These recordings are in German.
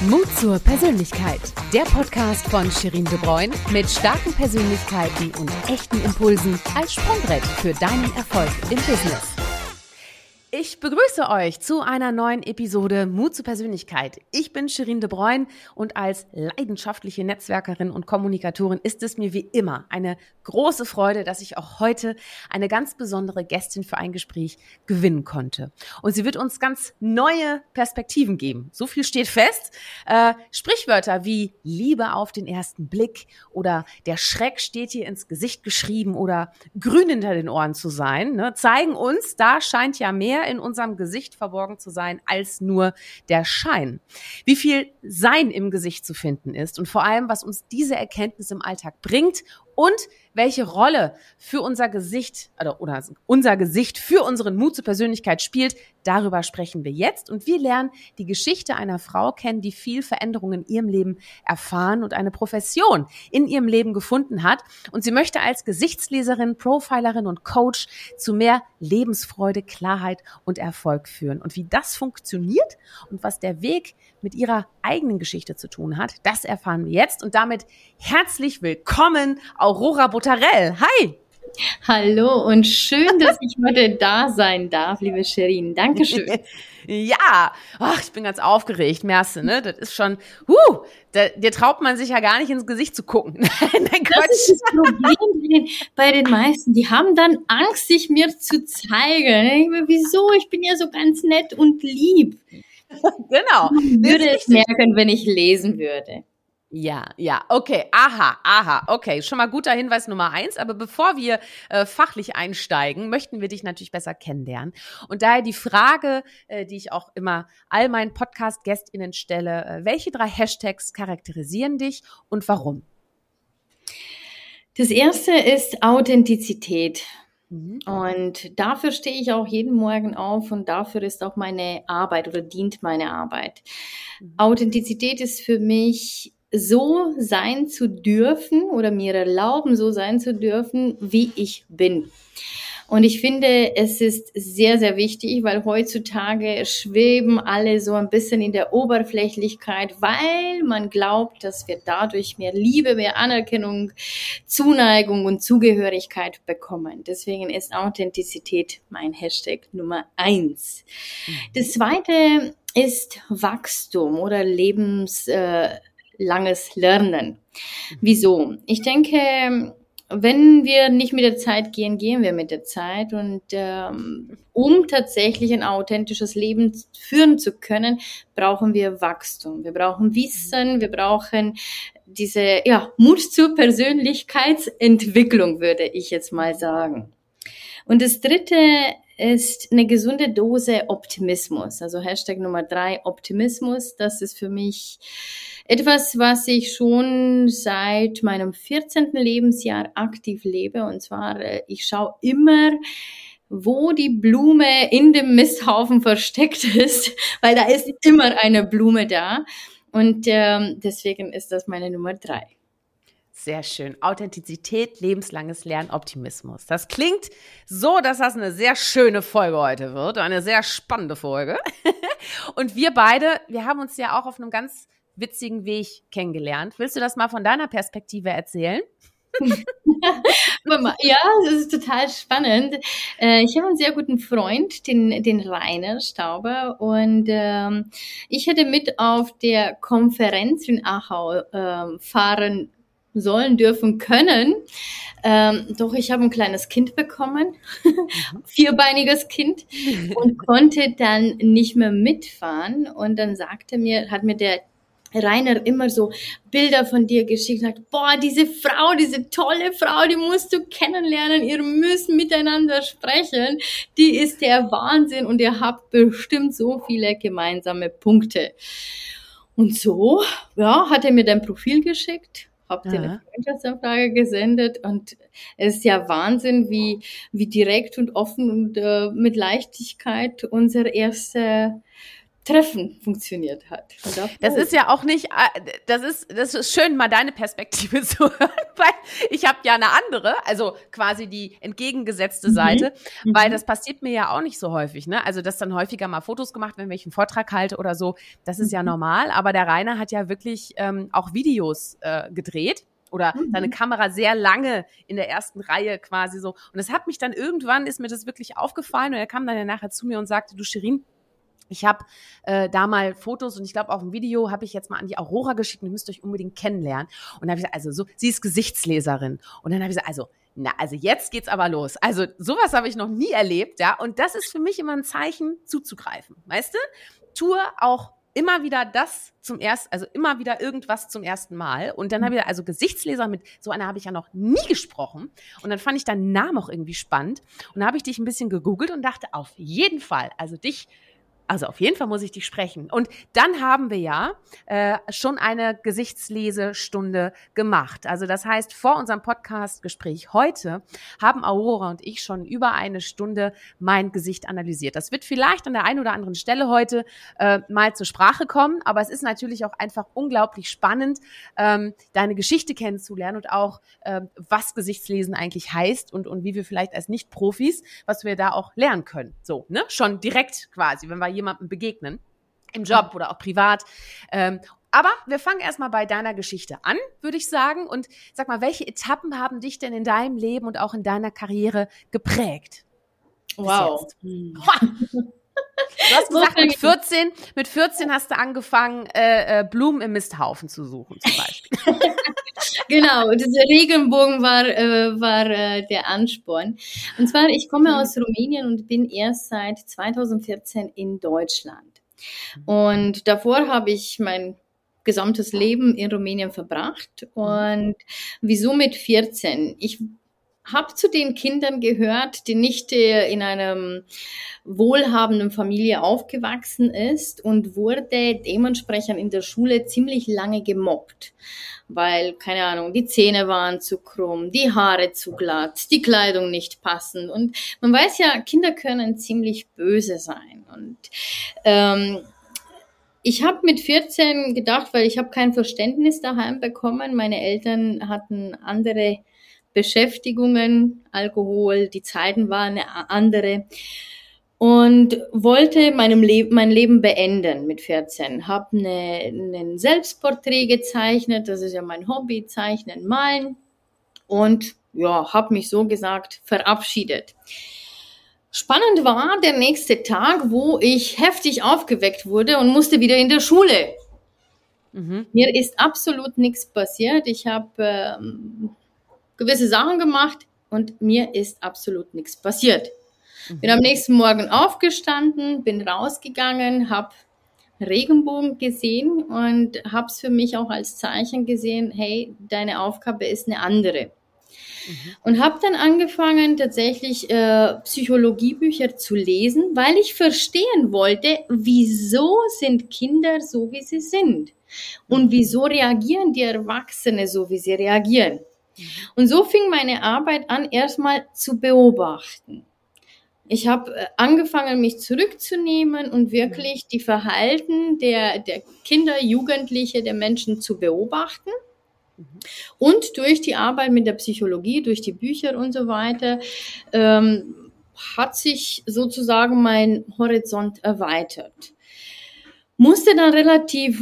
Mut zur Persönlichkeit. Der Podcast von Shirin De Bruyn mit starken Persönlichkeiten und echten Impulsen als Sprungbrett für deinen Erfolg im Business. Ich begrüße euch zu einer neuen Episode Mut zur Persönlichkeit. Ich bin Shirin De Bruyn und als leidenschaftliche Netzwerkerin und Kommunikatorin ist es mir wie immer eine große Freude, dass ich auch heute eine ganz besondere Gästin für ein Gespräch gewinnen konnte. Und sie wird uns ganz neue Perspektiven geben. So viel steht fest. Sprichwörter wie Liebe auf den ersten Blick oder der Schreck steht hier ins Gesicht geschrieben oder grün hinter den Ohren zu sein, ne, zeigen uns, da scheint ja mehr in unserem Gesicht verborgen zu sein als nur der Schein. Wie viel Sein im Gesicht zu finden ist und vor allem, was uns diese Erkenntnis im Alltag bringt und welche Rolle für unser Gesicht oder unser Gesicht für unseren Mut zur Persönlichkeit spielt, darüber sprechen wir jetzt. Und wir lernen die Geschichte einer Frau kennen, die viel Veränderung in ihrem Leben erfahren und eine Profession in ihrem Leben gefunden hat. Und sie möchte als Gesichtsleserin, Profilerin und Coach zu mehr Lebensfreude, Klarheit und Erfolg führen. Und wie das funktioniert und was der Weg mit ihrer eigenen Geschichte zu tun hat, das erfahren wir jetzt. Und damit herzlich willkommen, Aurora Botarell. Hi! Hallo und schön, dass ich heute da sein darf, liebe Shirin. Dankeschön. Ja, ich bin ganz aufgeregt, merkst du, ne? Das ist schon, dir traut man sich ja gar nicht ins Gesicht zu gucken. Nein, das ist das Problem bei den meisten. Die haben dann Angst, sich mir zu zeigen. Ich meine, wieso? Ich bin ja so ganz nett und lieb. Genau. Ich würde es merken, wenn ich lesen würde. Ja, okay, okay, schon mal guter Hinweis Nummer 1, aber bevor wir fachlich einsteigen, möchten wir dich natürlich besser kennenlernen und daher die Frage, die ich auch immer all meinen Podcast-GästInnen stelle, welche 3 Hashtags charakterisieren dich und warum? Das erste ist Authentizität. Und dafür stehe ich auch jeden Morgen auf und dafür ist auch meine Arbeit oder dient meine Arbeit. Authentizität ist für mich so sein zu dürfen oder mir erlauben, so sein zu dürfen, wie ich bin. Und ich finde, es ist sehr, sehr wichtig, weil heutzutage schweben alle so ein bisschen in der Oberflächlichkeit, weil man glaubt, dass wir dadurch mehr Liebe, mehr Anerkennung, Zuneigung und Zugehörigkeit bekommen. Deswegen ist Authentizität mein Hashtag Nummer 1. Das zweite ist Wachstum oder lebenslanges Lernen. Wieso? Ich denke, wenn wir nicht mit der Zeit gehen, gehen wir mit der Zeit. Und um tatsächlich ein authentisches Leben führen zu können, brauchen wir Wachstum. Wir brauchen Wissen, wir brauchen diese Mut zur Persönlichkeitsentwicklung, würde ich jetzt mal sagen. Und das dritte ist eine gesunde Dose Optimismus. Also Hashtag Nummer 3, Optimismus. Das ist für mich etwas, was ich schon seit meinem 14. Lebensjahr aktiv lebe. Und zwar, ich schaue immer, wo die Blume in dem Misthaufen versteckt ist, weil da ist immer eine Blume da. Und deswegen ist das meine Nummer 3. Sehr schön. Authentizität, lebenslanges Lernen, Optimismus. Das klingt so, dass das eine sehr schöne Folge heute wird. Eine sehr spannende Folge. Und wir beide, wir haben uns ja auch auf einem ganz witzigen Weg kennengelernt. Willst du das mal von deiner Perspektive erzählen? Ja, das ist total spannend. Ich habe einen sehr guten Freund, den Rainer Stauber, und ich hätte mit auf der Konferenz in Achau fahren sollen, dürfen, können. Doch ich habe ein kleines Kind bekommen, vierbeiniges Kind, und konnte dann nicht mehr mitfahren. Und dann hat mir der Rainer immer so Bilder von dir geschickt und sagt, boah, diese Frau, diese tolle Frau, die musst du kennenlernen, ihr müsst miteinander sprechen, die ist der Wahnsinn und ihr habt bestimmt so viele gemeinsame Punkte. Und so, hat er mir dein Profil geschickt, habt ihr eine Freundschaftsanfrage gesendet, und es ist ja Wahnsinn, wie direkt und offen und mit Leichtigkeit unser erster Treffen funktioniert hat. Das ist ja auch nicht, das ist schön, mal deine Perspektive zu hören, weil ich habe ja eine andere, also quasi die entgegengesetzte Seite, weil das passiert mir ja auch nicht so häufig, ne? Also, dass dann häufiger mal Fotos gemacht werden, wenn ich einen Vortrag halte oder so, das ist ja normal, aber der Rainer hat ja wirklich auch Videos gedreht. Oder seine Kamera sehr lange in der ersten Reihe quasi so. Und das hat mich dann irgendwann, ist mir das wirklich aufgefallen und er kam dann ja nachher zu mir und sagte, du Shirin, ich habe da mal Fotos und ich glaube, auf dem Video habe ich jetzt mal an die Aurora geschickt und ihr müsst euch unbedingt kennenlernen. Und dann habe ich gesagt, also so, sie ist Gesichtsleserin. Und dann habe ich gesagt, also jetzt geht's aber los. Also sowas habe ich noch nie erlebt, ja. Und das ist für mich immer ein Zeichen, zuzugreifen. Weißt du? Tue auch immer wieder immer wieder irgendwas zum ersten Mal. Und dann habe ich, also Gesichtsleser, mit so einer habe ich ja noch nie gesprochen. Und dann fand ich deinen Namen auch irgendwie spannend. Und dann habe ich dich ein bisschen gegoogelt und dachte, auf jeden Fall muss ich dich sprechen. Und dann haben wir ja schon eine Gesichtslesestunde gemacht. Also das heißt, vor unserem Podcast-Gespräch heute haben Aurora und ich schon über eine Stunde mein Gesicht analysiert. Das wird vielleicht an der einen oder anderen Stelle heute mal zur Sprache kommen, aber es ist natürlich auch einfach unglaublich spannend, deine Geschichte kennenzulernen und auch, was Gesichtslesen eigentlich heißt und wie wir vielleicht als Nicht-Profis, was wir da auch lernen können. So, ne? Schon direkt quasi, wenn wir jemandem begegnen, im Job oder auch privat. Aber wir fangen erstmal bei deiner Geschichte an, würde ich sagen. Und sag mal, welche Etappen haben dich denn in deinem Leben und auch in deiner Karriere geprägt? Wow. Du hast gesagt, mit 14 hast du angefangen, Blumen im Misthaufen zu suchen, zum Beispiel. Genau, dieser Regenbogen war der Ansporn. Und zwar, ich komme aus Rumänien und bin erst seit 2014 in Deutschland. Und davor habe ich mein gesamtes Leben in Rumänien verbracht. Und wieso mit 14? Ich habe zu den Kindern gehört, die nicht in einem wohlhabenden Familie aufgewachsen ist und wurde dementsprechend in der Schule ziemlich lange gemobbt, weil, keine Ahnung, die Zähne waren zu krumm, die Haare zu glatt, die Kleidung nicht passend. Und man weiß ja, Kinder können ziemlich böse sein. Und ich habe mit 14 gedacht, weil ich habe kein Verständnis daheim bekommen. Meine Eltern hatten andere Beschäftigungen, Alkohol, die Zeiten waren andere und wollte mein Leben beenden mit 14. Habe ein Selbstporträt gezeichnet, das ist ja mein Hobby, Zeichnen, Malen und ja, habe mich so gesagt verabschiedet. Spannend war der nächste Tag, wo ich heftig aufgeweckt wurde und musste wieder in der Schule. Mir ist absolut nichts passiert. Ich habe gewisse Sachen gemacht und mir ist absolut nichts passiert. Bin am nächsten Morgen aufgestanden, bin rausgegangen, habe Regenbogen gesehen und habe es für mich auch als Zeichen gesehen, hey, deine Aufgabe ist eine andere. Und habe dann angefangen, tatsächlich Psychologiebücher zu lesen, weil ich verstehen wollte, wieso sind Kinder so, wie sie sind und wieso reagieren die Erwachsenen so, wie sie reagieren. Und so fing meine Arbeit an, erstmal zu beobachten. Ich habe angefangen, mich zurückzunehmen und wirklich die Verhalten der Kinder, Jugendliche, der Menschen zu beobachten. Und durch die Arbeit mit der Psychologie, durch die Bücher und so weiter, hat sich sozusagen mein Horizont erweitert. Musste dann relativ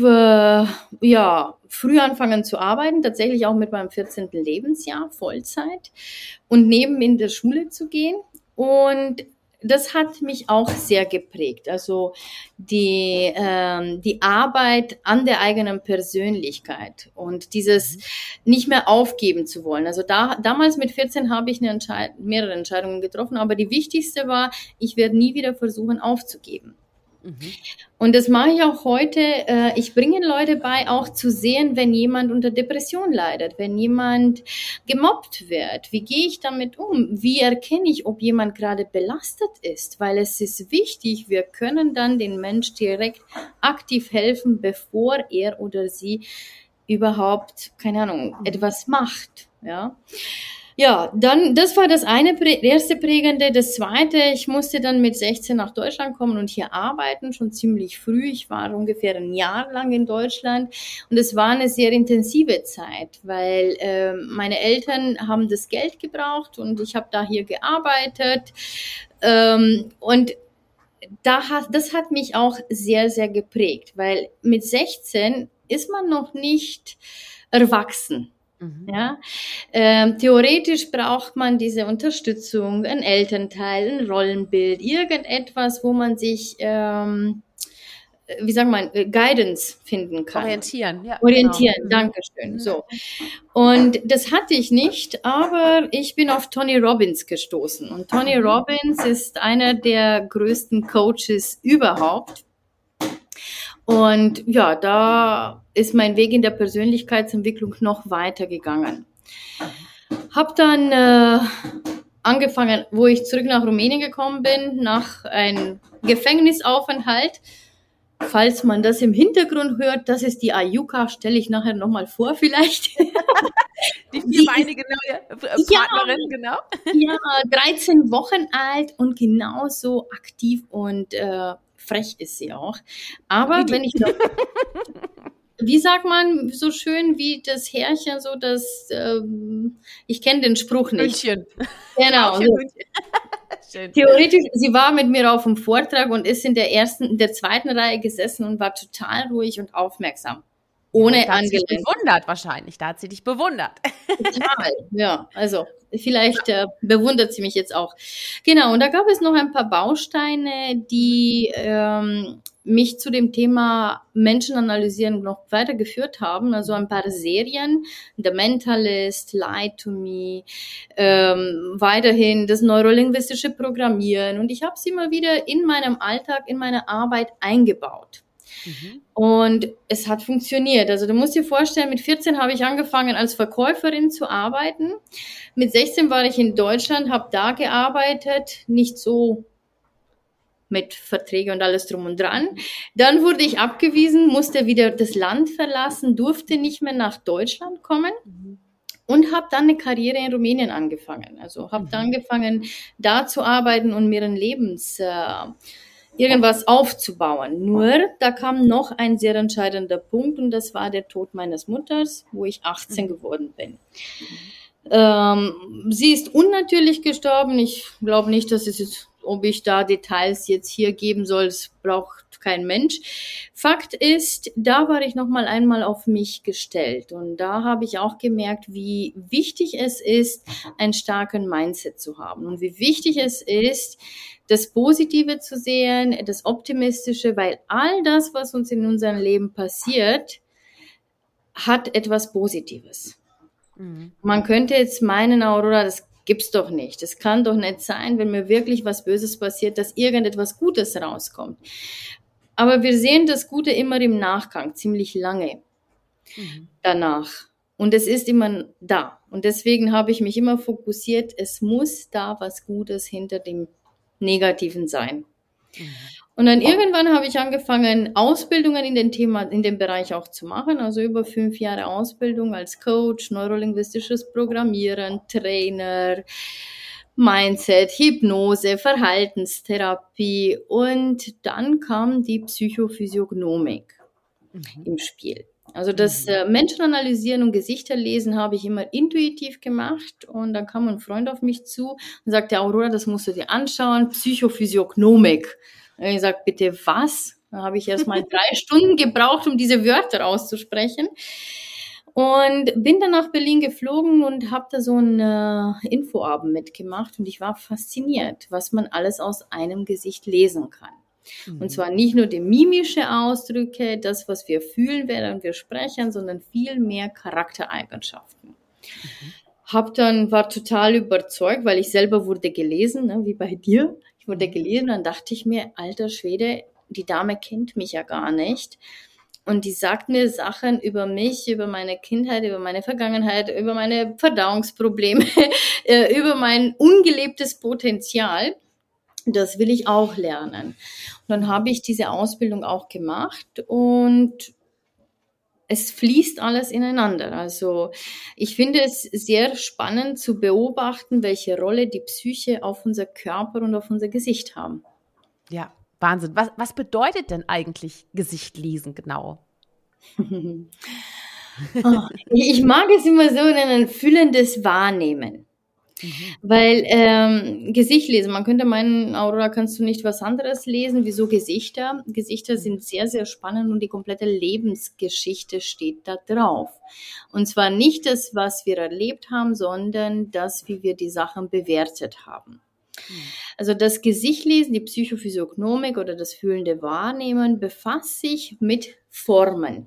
früh anfangen zu arbeiten, tatsächlich auch mit meinem 14. Lebensjahr, Vollzeit und neben in der Schule zu gehen. Und das hat mich auch sehr geprägt. Also die Arbeit an der eigenen Persönlichkeit und dieses nicht mehr aufgeben zu wollen. Also damals mit 14 habe ich mehrere Entscheidungen getroffen, aber die wichtigste war, ich werde nie wieder versuchen aufzugeben. Und das mache ich auch heute. Ich bringe Leute bei, auch zu sehen, wenn jemand unter Depression leidet, wenn jemand gemobbt wird. Wie gehe ich damit um? Wie erkenne ich, ob jemand gerade belastet ist? Weil es ist wichtig, wir können dann den Mensch direkt aktiv helfen, bevor er oder sie überhaupt, keine Ahnung, etwas macht. Ja. Ja, dann, das war das eine, erste Prägende. Das zweite, ich musste dann mit 16 nach Deutschland kommen und hier arbeiten, schon ziemlich früh. Ich war ungefähr ein Jahr lang in Deutschland und es war eine sehr intensive Zeit, weil meine Eltern haben das Geld gebraucht und ich habe da hier gearbeitet. Und das hat mich auch sehr, sehr geprägt, weil mit 16 ist man noch nicht erwachsen. Ja, theoretisch braucht man diese Unterstützung, ein Elternteil, ein Rollenbild, irgendetwas, wo man sich, wie sagt man, Guidance finden kann. Orientieren, ja. Orientieren, genau. Dankeschön. So. Und das hatte ich nicht, aber ich bin auf Tony Robbins gestoßen. Und Tony Robbins ist einer der größten Coaches überhaupt. Und ja, da ist mein Weg in der Persönlichkeitsentwicklung noch weitergegangen. Hab dann angefangen, wo ich zurück nach Rumänien gekommen bin, nach einem Gefängnisaufenthalt. Falls man das im Hintergrund hört, das ist die Ayuka, stelle ich nachher nochmal vor vielleicht. Die vierbeinige neue Partnerin, genau. Ja, 13 Wochen alt und genauso aktiv und frech ist sie auch. Aber wenn ich noch, wie sagt man so schön wie das Härchen, so das, ich kenne den Spruch nicht. Hündchen. Genau. So. Theoretisch, sie war mit mir auf dem Vortrag und ist in der zweiten Reihe gesessen und war total ruhig und aufmerksam. Ohne da hat sie dich bewundert wahrscheinlich. Da hat sie dich bewundert. Total, ja. Also vielleicht bewundert sie mich jetzt auch. Genau, und da gab es noch ein paar Bausteine, die mich zu dem Thema Menschen analysieren noch weitergeführt haben. Also ein paar Serien, The Mentalist, Lie to Me, weiterhin das neurolinguistische Programmieren. Und ich habe sie immer wieder in meinem Alltag, in meine Arbeit eingebaut. Und es hat funktioniert. Also du musst dir vorstellen, mit 14 habe ich angefangen als Verkäuferin zu arbeiten. Mit 16 war ich in Deutschland, habe da gearbeitet, nicht so mit Verträgen und alles drum und dran. Dann wurde ich abgewiesen, musste wieder das Land verlassen, durfte nicht mehr nach Deutschland kommen. Und habe dann eine Karriere in Rumänien angefangen. Also habe da angefangen, da zu arbeiten und mir ein irgendwas aufzubauen. Nur, da kam noch ein sehr entscheidender Punkt und das war der Tod meines Mutters, wo ich 18 geworden bin. Sie ist unnatürlich gestorben. Ich glaube nicht, dass es jetzt, ob ich da Details jetzt hier geben soll, es braucht kein Mensch. Fakt ist, da war ich noch einmal auf mich gestellt und da habe ich auch gemerkt, wie wichtig es ist, einen starken Mindset zu haben und wie wichtig es ist, das Positive zu sehen, das Optimistische, weil all das, was uns in unserem Leben passiert, hat etwas Positives. Man könnte jetzt meinen, Aurora, das gibt's doch nicht. Das kann doch nicht sein, wenn mir wirklich was Böses passiert, dass irgendetwas Gutes rauskommt. Aber wir sehen das Gute immer im Nachgang, ziemlich lange danach. Und es ist immer da. Und deswegen habe ich mich immer fokussiert, es muss da was Gutes hinter dem Negativen sein. Und dann irgendwann habe ich angefangen, Ausbildungen in dem Bereich auch zu machen. Also über 5 Jahre Ausbildung als Coach, neurolinguistisches Programmieren, Trainer, Mindset, Hypnose, Verhaltenstherapie. Und dann kam die Psychophysiognomik im Spiel. Also das Menschen analysieren und Gesichter lesen habe ich immer intuitiv gemacht und dann kam ein Freund auf mich zu und sagte, Aurora, das musst du dir anschauen, Psychophysiognomik. Und ich sagte, bitte was? Da habe ich erst mal 3 Stunden gebraucht, um diese Wörter auszusprechen und bin dann nach Berlin geflogen und habe da so einen Infoabend mitgemacht und ich war fasziniert, was man alles aus einem Gesicht lesen kann. Und zwar nicht nur die mimische Ausdrücke, das, was wir fühlen, während wir sprechen, sondern viel mehr Charaktereigenschaften. War total überzeugt, weil ich selber wurde gelesen, ne, wie bei dir. Ich wurde gelesen, dann dachte ich mir, alter Schwede, die Dame kennt mich ja gar nicht. Und die sagt mir Sachen über mich, über meine Kindheit, über meine Vergangenheit, über meine Verdauungsprobleme, über mein ungelebtes Potenzial. Das will ich auch lernen. Und dann habe ich diese Ausbildung auch gemacht und es fließt alles ineinander. Also ich finde es sehr spannend zu beobachten, welche Rolle die Psyche auf unser Körper und auf unser Gesicht haben. Ja, Wahnsinn. Was bedeutet denn eigentlich Gesicht lesen genau? Ich mag es immer so in ein füllendes Wahrnehmen. Weil Gesicht lesen, man könnte meinen, Aurora, kannst du nicht was anderes lesen? Wieso Gesichter? Gesichter sind sehr, sehr spannend und die komplette Lebensgeschichte steht da drauf. Und zwar nicht das, was wir erlebt haben, sondern das, wie wir die Sachen bewertet haben. Also das Gesichtlesen, die Psychophysiognomik oder das fühlende Wahrnehmen befasst sich mit Formen,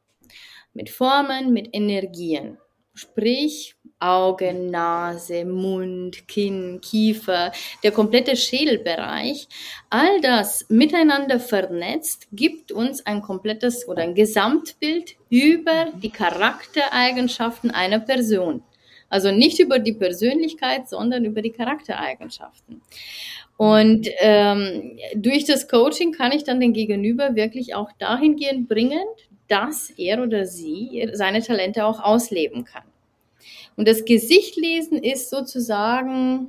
mit Energien. Sprich, Augen, Nase, Mund, Kinn, Kiefer, der komplette Schädelbereich, all das miteinander vernetzt, gibt uns ein komplettes oder ein Gesamtbild über die Charaktereigenschaften einer Person. Also nicht über die Persönlichkeit, sondern über die Charaktereigenschaften. Und durch das Coaching kann ich dann den Gegenüber wirklich auch dahingehend bringen, dass er oder sie seine Talente auch ausleben kann. Und das Gesichtlesen ist sozusagen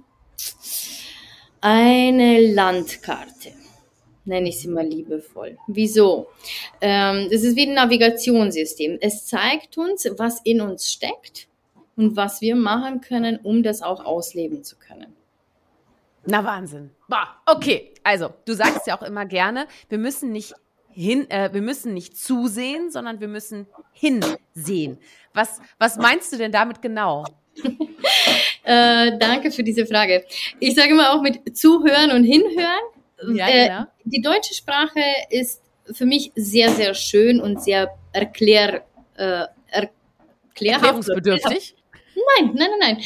eine Landkarte, nenne ich sie mal liebevoll. Wieso? Das ist wie ein Navigationssystem. Es zeigt uns, was in uns steckt und was wir machen können, um das auch ausleben zu können. Na Wahnsinn. Boah, okay, also du sagst ja auch immer gerne, wir müssen nicht zusehen, sondern wir müssen hinsehen. Was meinst du denn damit genau? Danke für diese Frage. Ich sage immer auch mit Zuhören und Hinhören. Ja, genau. Die deutsche Sprache ist für mich sehr, sehr schön und sehr erklärungsbedürftig. Nein.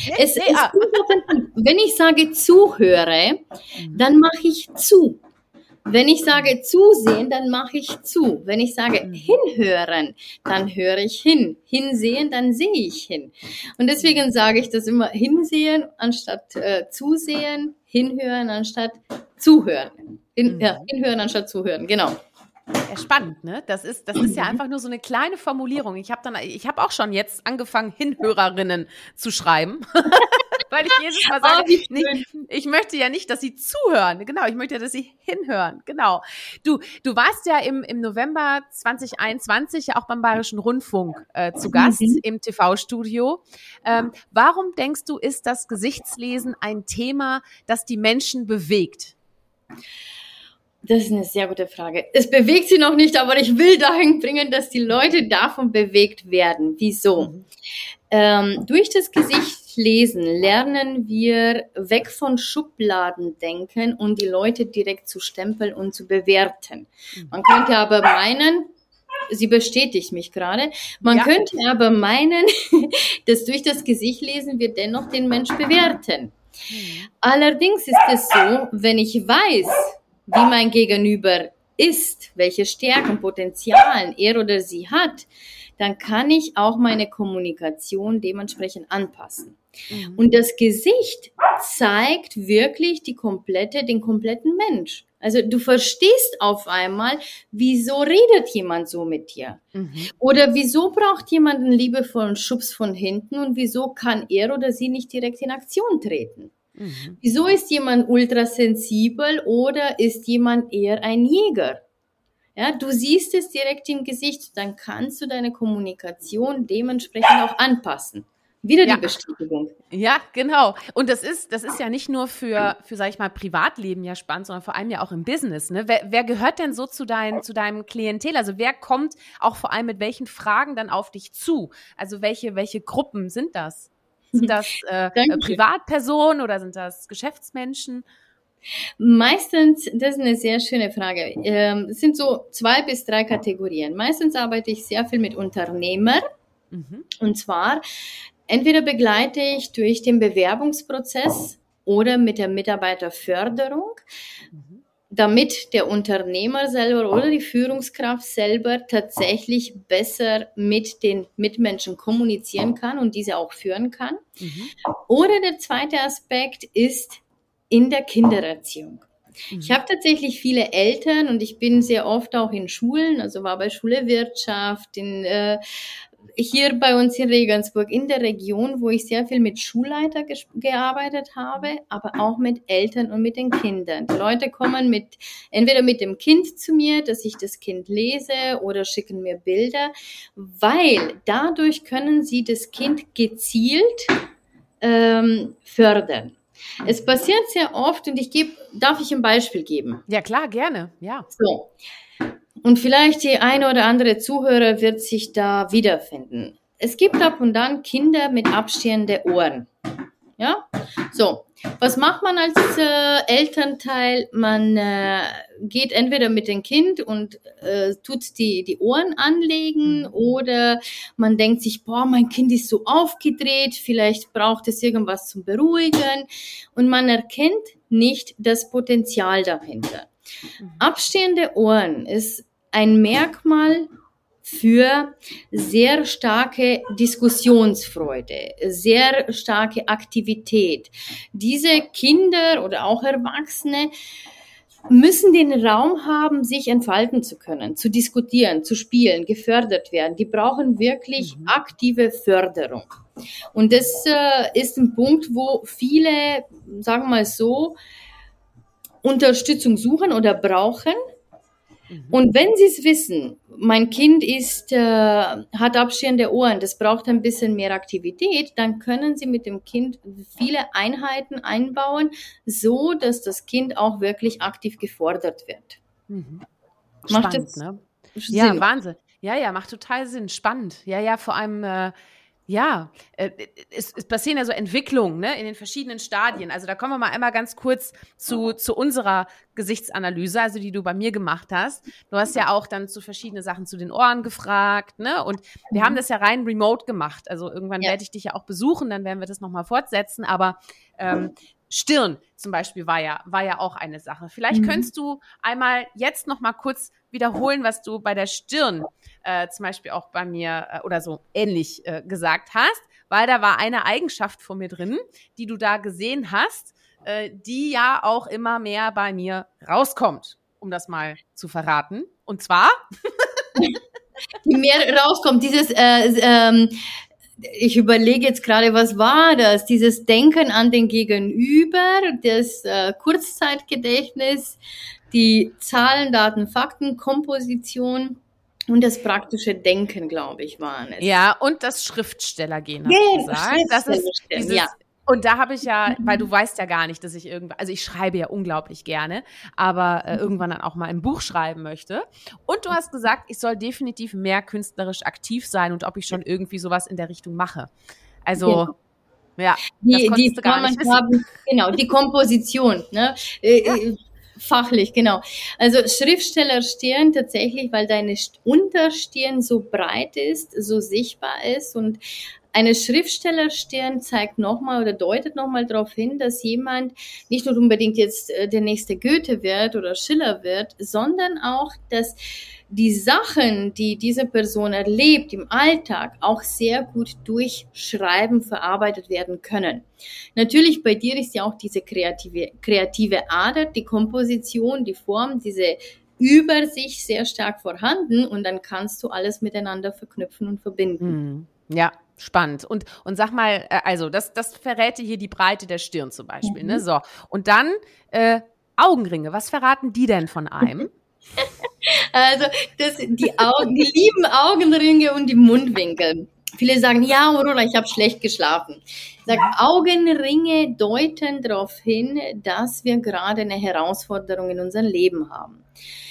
Wenn ich sage zuhöre, dann mache ich zu. Wenn ich sage zusehen, dann mache ich zu. Wenn ich sage hinhören, dann höre ich hin. Hinsehen, dann sehe ich hin. Und deswegen sage ich das immer hinsehen anstatt zusehen, hinhören anstatt zuhören. Hinhören anstatt zuhören, genau. Ja, spannend, ne? Das ist ja einfach nur so eine kleine Formulierung. Ich habe auch schon jetzt angefangen, Hinhörerinnen zu schreiben. Weil ich jedes Mal sage, ich möchte ja nicht, dass sie zuhören. Genau, ich möchte ja, dass sie hinhören. Genau. Du warst ja im November 2021 ja auch beim Bayerischen Rundfunk zu Gast im TV-Studio. Warum denkst du, ist das Gesichtslesen ein Thema, das die Menschen bewegt? Das ist eine sehr gute Frage. Es bewegt sie noch nicht, aber ich will dahin bringen, dass die Leute davon bewegt werden. Wieso? Durch das Gesichtslesen lernen wir weg von Schubladendenken und die Leute direkt zu stempeln und zu bewerten. Man könnte aber meinen, sie bestätigt mich gerade, könnte aber meinen, dass durch das Gesichtlesen wir dennoch den Mensch bewerten. Allerdings ist es so, wenn ich weiß, wie mein Gegenüber ist, welche Stärken, Potenzialen er oder sie hat, dann kann ich auch meine Kommunikation dementsprechend anpassen. Und das Gesicht zeigt wirklich den kompletten Mensch. Also du verstehst auf einmal, wieso redet jemand so mit dir? Oder wieso braucht jemand einen liebevollen Schubs von hinten und wieso kann er oder sie nicht direkt in Aktion treten? Wieso ist jemand ultrasensibel oder ist jemand eher ein Jäger? Ja, du siehst es direkt im Gesicht, dann kannst du deine Kommunikation dementsprechend auch anpassen. Wieder die Bestätigung. Ja, genau. Und das ist ja nicht nur für sag ich mal, Privatleben ja spannend, sondern vor allem ja auch im Business. Ne? Wer gehört denn so zu deinem Klientel? Also wer kommt auch vor allem mit welchen Fragen dann auf dich zu? Also welche Gruppen sind das? Sind das Privatpersonen oder sind das Geschäftsmenschen? Meistens, das ist eine sehr schöne Frage. Es sind so 2 bis 3 Kategorien. Meistens arbeite ich sehr viel mit Unternehmern. Und zwar, entweder begleite ich durch den Bewerbungsprozess oder mit der Mitarbeiterförderung, damit der Unternehmer selber oder die Führungskraft selber tatsächlich besser mit den Mitmenschen kommunizieren kann und diese auch führen kann. Oder der zweite Aspekt ist in der Kindererziehung. Ich habe tatsächlich viele Eltern und ich bin sehr oft auch in Schulen, also war bei Schule Wirtschaft, hier bei uns in Regensburg in der Region, wo ich sehr viel mit Schulleiter gearbeitet habe, aber auch mit Eltern und mit den Kindern. Die Leute kommen entweder mit dem Kind zu mir, dass ich das Kind lese, oder schicken mir Bilder, weil dadurch können sie das Kind gezielt fördern. Es passiert sehr oft, und darf ich ein Beispiel geben? Ja, klar, gerne, ja. So. Und vielleicht die eine oder andere Zuhörer wird sich da wiederfinden. Es gibt ab und an Kinder mit abstehenden Ohren. Ja? So. Was macht man als Elternteil? Man geht entweder mit dem Kind und tut die Ohren anlegen, oder man denkt sich, boah, mein Kind ist so aufgedreht, vielleicht braucht es irgendwas zum Beruhigen, und man erkennt nicht das Potenzial dahinter. Abstehende Ohren ist ein Merkmal für sehr starke Diskussionsfreude, sehr starke Aktivität. Diese Kinder oder auch Erwachsene müssen den Raum haben, sich entfalten zu können, zu diskutieren, zu spielen, gefördert werden. Die brauchen wirklich aktive Förderung. Und das ist ein Punkt, wo viele, sagen wir mal so, Unterstützung suchen oder brauchen. Und wenn Sie es wissen, mein Kind hat abstehende Ohren, das braucht ein bisschen mehr Aktivität, dann können Sie mit dem Kind viele Einheiten einbauen, so dass das Kind auch wirklich aktiv gefordert wird. Macht das ne? Sinn? Ja, Wahnsinn. Ja, macht total Sinn. Spannend. Ja, vor allem es passieren ja so Entwicklungen, ne, in den verschiedenen Stadien. Also da kommen wir mal einmal ganz kurz zu unserer Gesichtsanalyse, also die du bei mir gemacht hast. Du hast ja auch dann zu verschiedene Sachen zu den Ohren gefragt, ne? Und wir haben das ja rein remote gemacht. Also irgendwann werde ich dich ja auch besuchen, dann werden wir das nochmal fortsetzen. Aber Stirn zum Beispiel war ja auch eine Sache. Vielleicht könntest du einmal jetzt noch mal kurz wiederholen, was du bei der Stirn zum Beispiel auch bei mir oder so ähnlich gesagt hast, weil da war eine Eigenschaft von mir drin, die du da gesehen hast, die ja auch immer mehr bei mir rauskommt, um das mal zu verraten. Und zwar? Die mehr rauskommt, ich überlege jetzt gerade, was war das? Dieses Denken an den Gegenüber, das Kurzzeitgedächtnis, die Zahlen, Daten, Fakten, Komposition und das praktische Denken, glaube ich, waren es. Ja, und das Schriftstellergehen, hast du gesagt. Das ist dieses, und da habe ich ja, weil du weißt ja gar nicht, dass ich also ich schreibe ja unglaublich gerne, aber irgendwann dann auch mal ein Buch schreiben möchte. Und du hast gesagt, ich soll definitiv mehr künstlerisch aktiv sein und ob ich schon irgendwie sowas in der Richtung mache. Also, das konntest du gar nicht wissen. Genau, die Komposition, ne? Fachlich, genau. Also Schriftstellerstirn tatsächlich, weil deine Unterstirn so breit ist, so sichtbar ist, und eine Schriftstellerstirn zeigt nochmal oder deutet nochmal darauf hin, dass jemand nicht nur unbedingt jetzt der nächste Goethe wird oder Schiller wird, sondern auch, dass die Sachen, die diese Person erlebt im Alltag, auch sehr gut durch Schreiben verarbeitet werden können. Natürlich bei dir ist ja auch diese kreative Ader, die Komposition, die Form, diese Übersicht sehr stark vorhanden, und dann kannst du alles miteinander verknüpfen und verbinden. Ja, spannend. Und sag mal, also das verrät dir hier die Breite der Stirn zum Beispiel, ne? So. Und dann Augenringe. Was verraten die denn von einem? Also die lieben Augenringe und die Mundwinkel. Viele sagen, ja, Aurora, ich habe schlecht geschlafen. Ich sage, Augenringe deuten darauf hin, dass wir gerade eine Herausforderung in unserem Leben haben.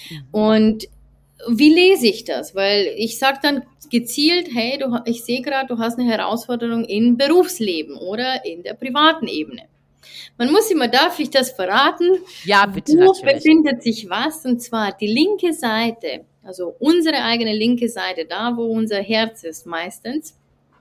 Und wie lese ich das? Weil ich sage dann gezielt, hey, ich sehe gerade, du hast eine Herausforderung im Berufsleben oder in der privaten Ebene. Man muss immer, darf ich das verraten? Ja, bitte, Wo natürlich. befindet sich was? Und zwar die linke Seite, also unsere eigene linke Seite, da wo unser Herz ist meistens,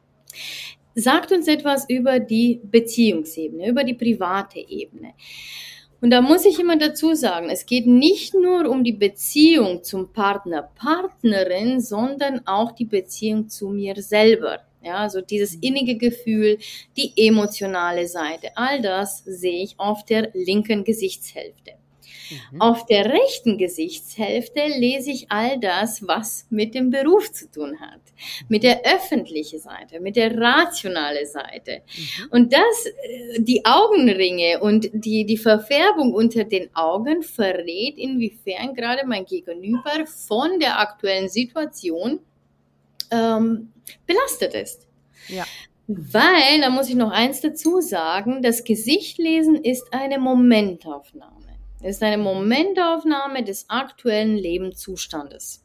sagt uns etwas über die Beziehungsebene, über die private Ebene. Und da muss ich immer dazu sagen, es geht nicht nur um die Beziehung zum Partner, Partnerin, sondern auch die Beziehung zu mir selber. Ja, also dieses innige Gefühl, die emotionale Seite, all das sehe ich auf der linken Gesichtshälfte. Auf der rechten Gesichtshälfte lese ich all das, was mit dem Beruf zu tun hat. Mit der öffentlichen Seite, mit der rationalen Seite. Und die Augenringe und die Verfärbung unter den Augen verrät, inwiefern gerade mein Gegenüber von der aktuellen Situation belastet ist. Ja. Weil, da muss ich noch eins dazu sagen, das Gesichtlesen ist eine Momentaufnahme. Es ist eine Momentaufnahme des aktuellen Lebenszustandes.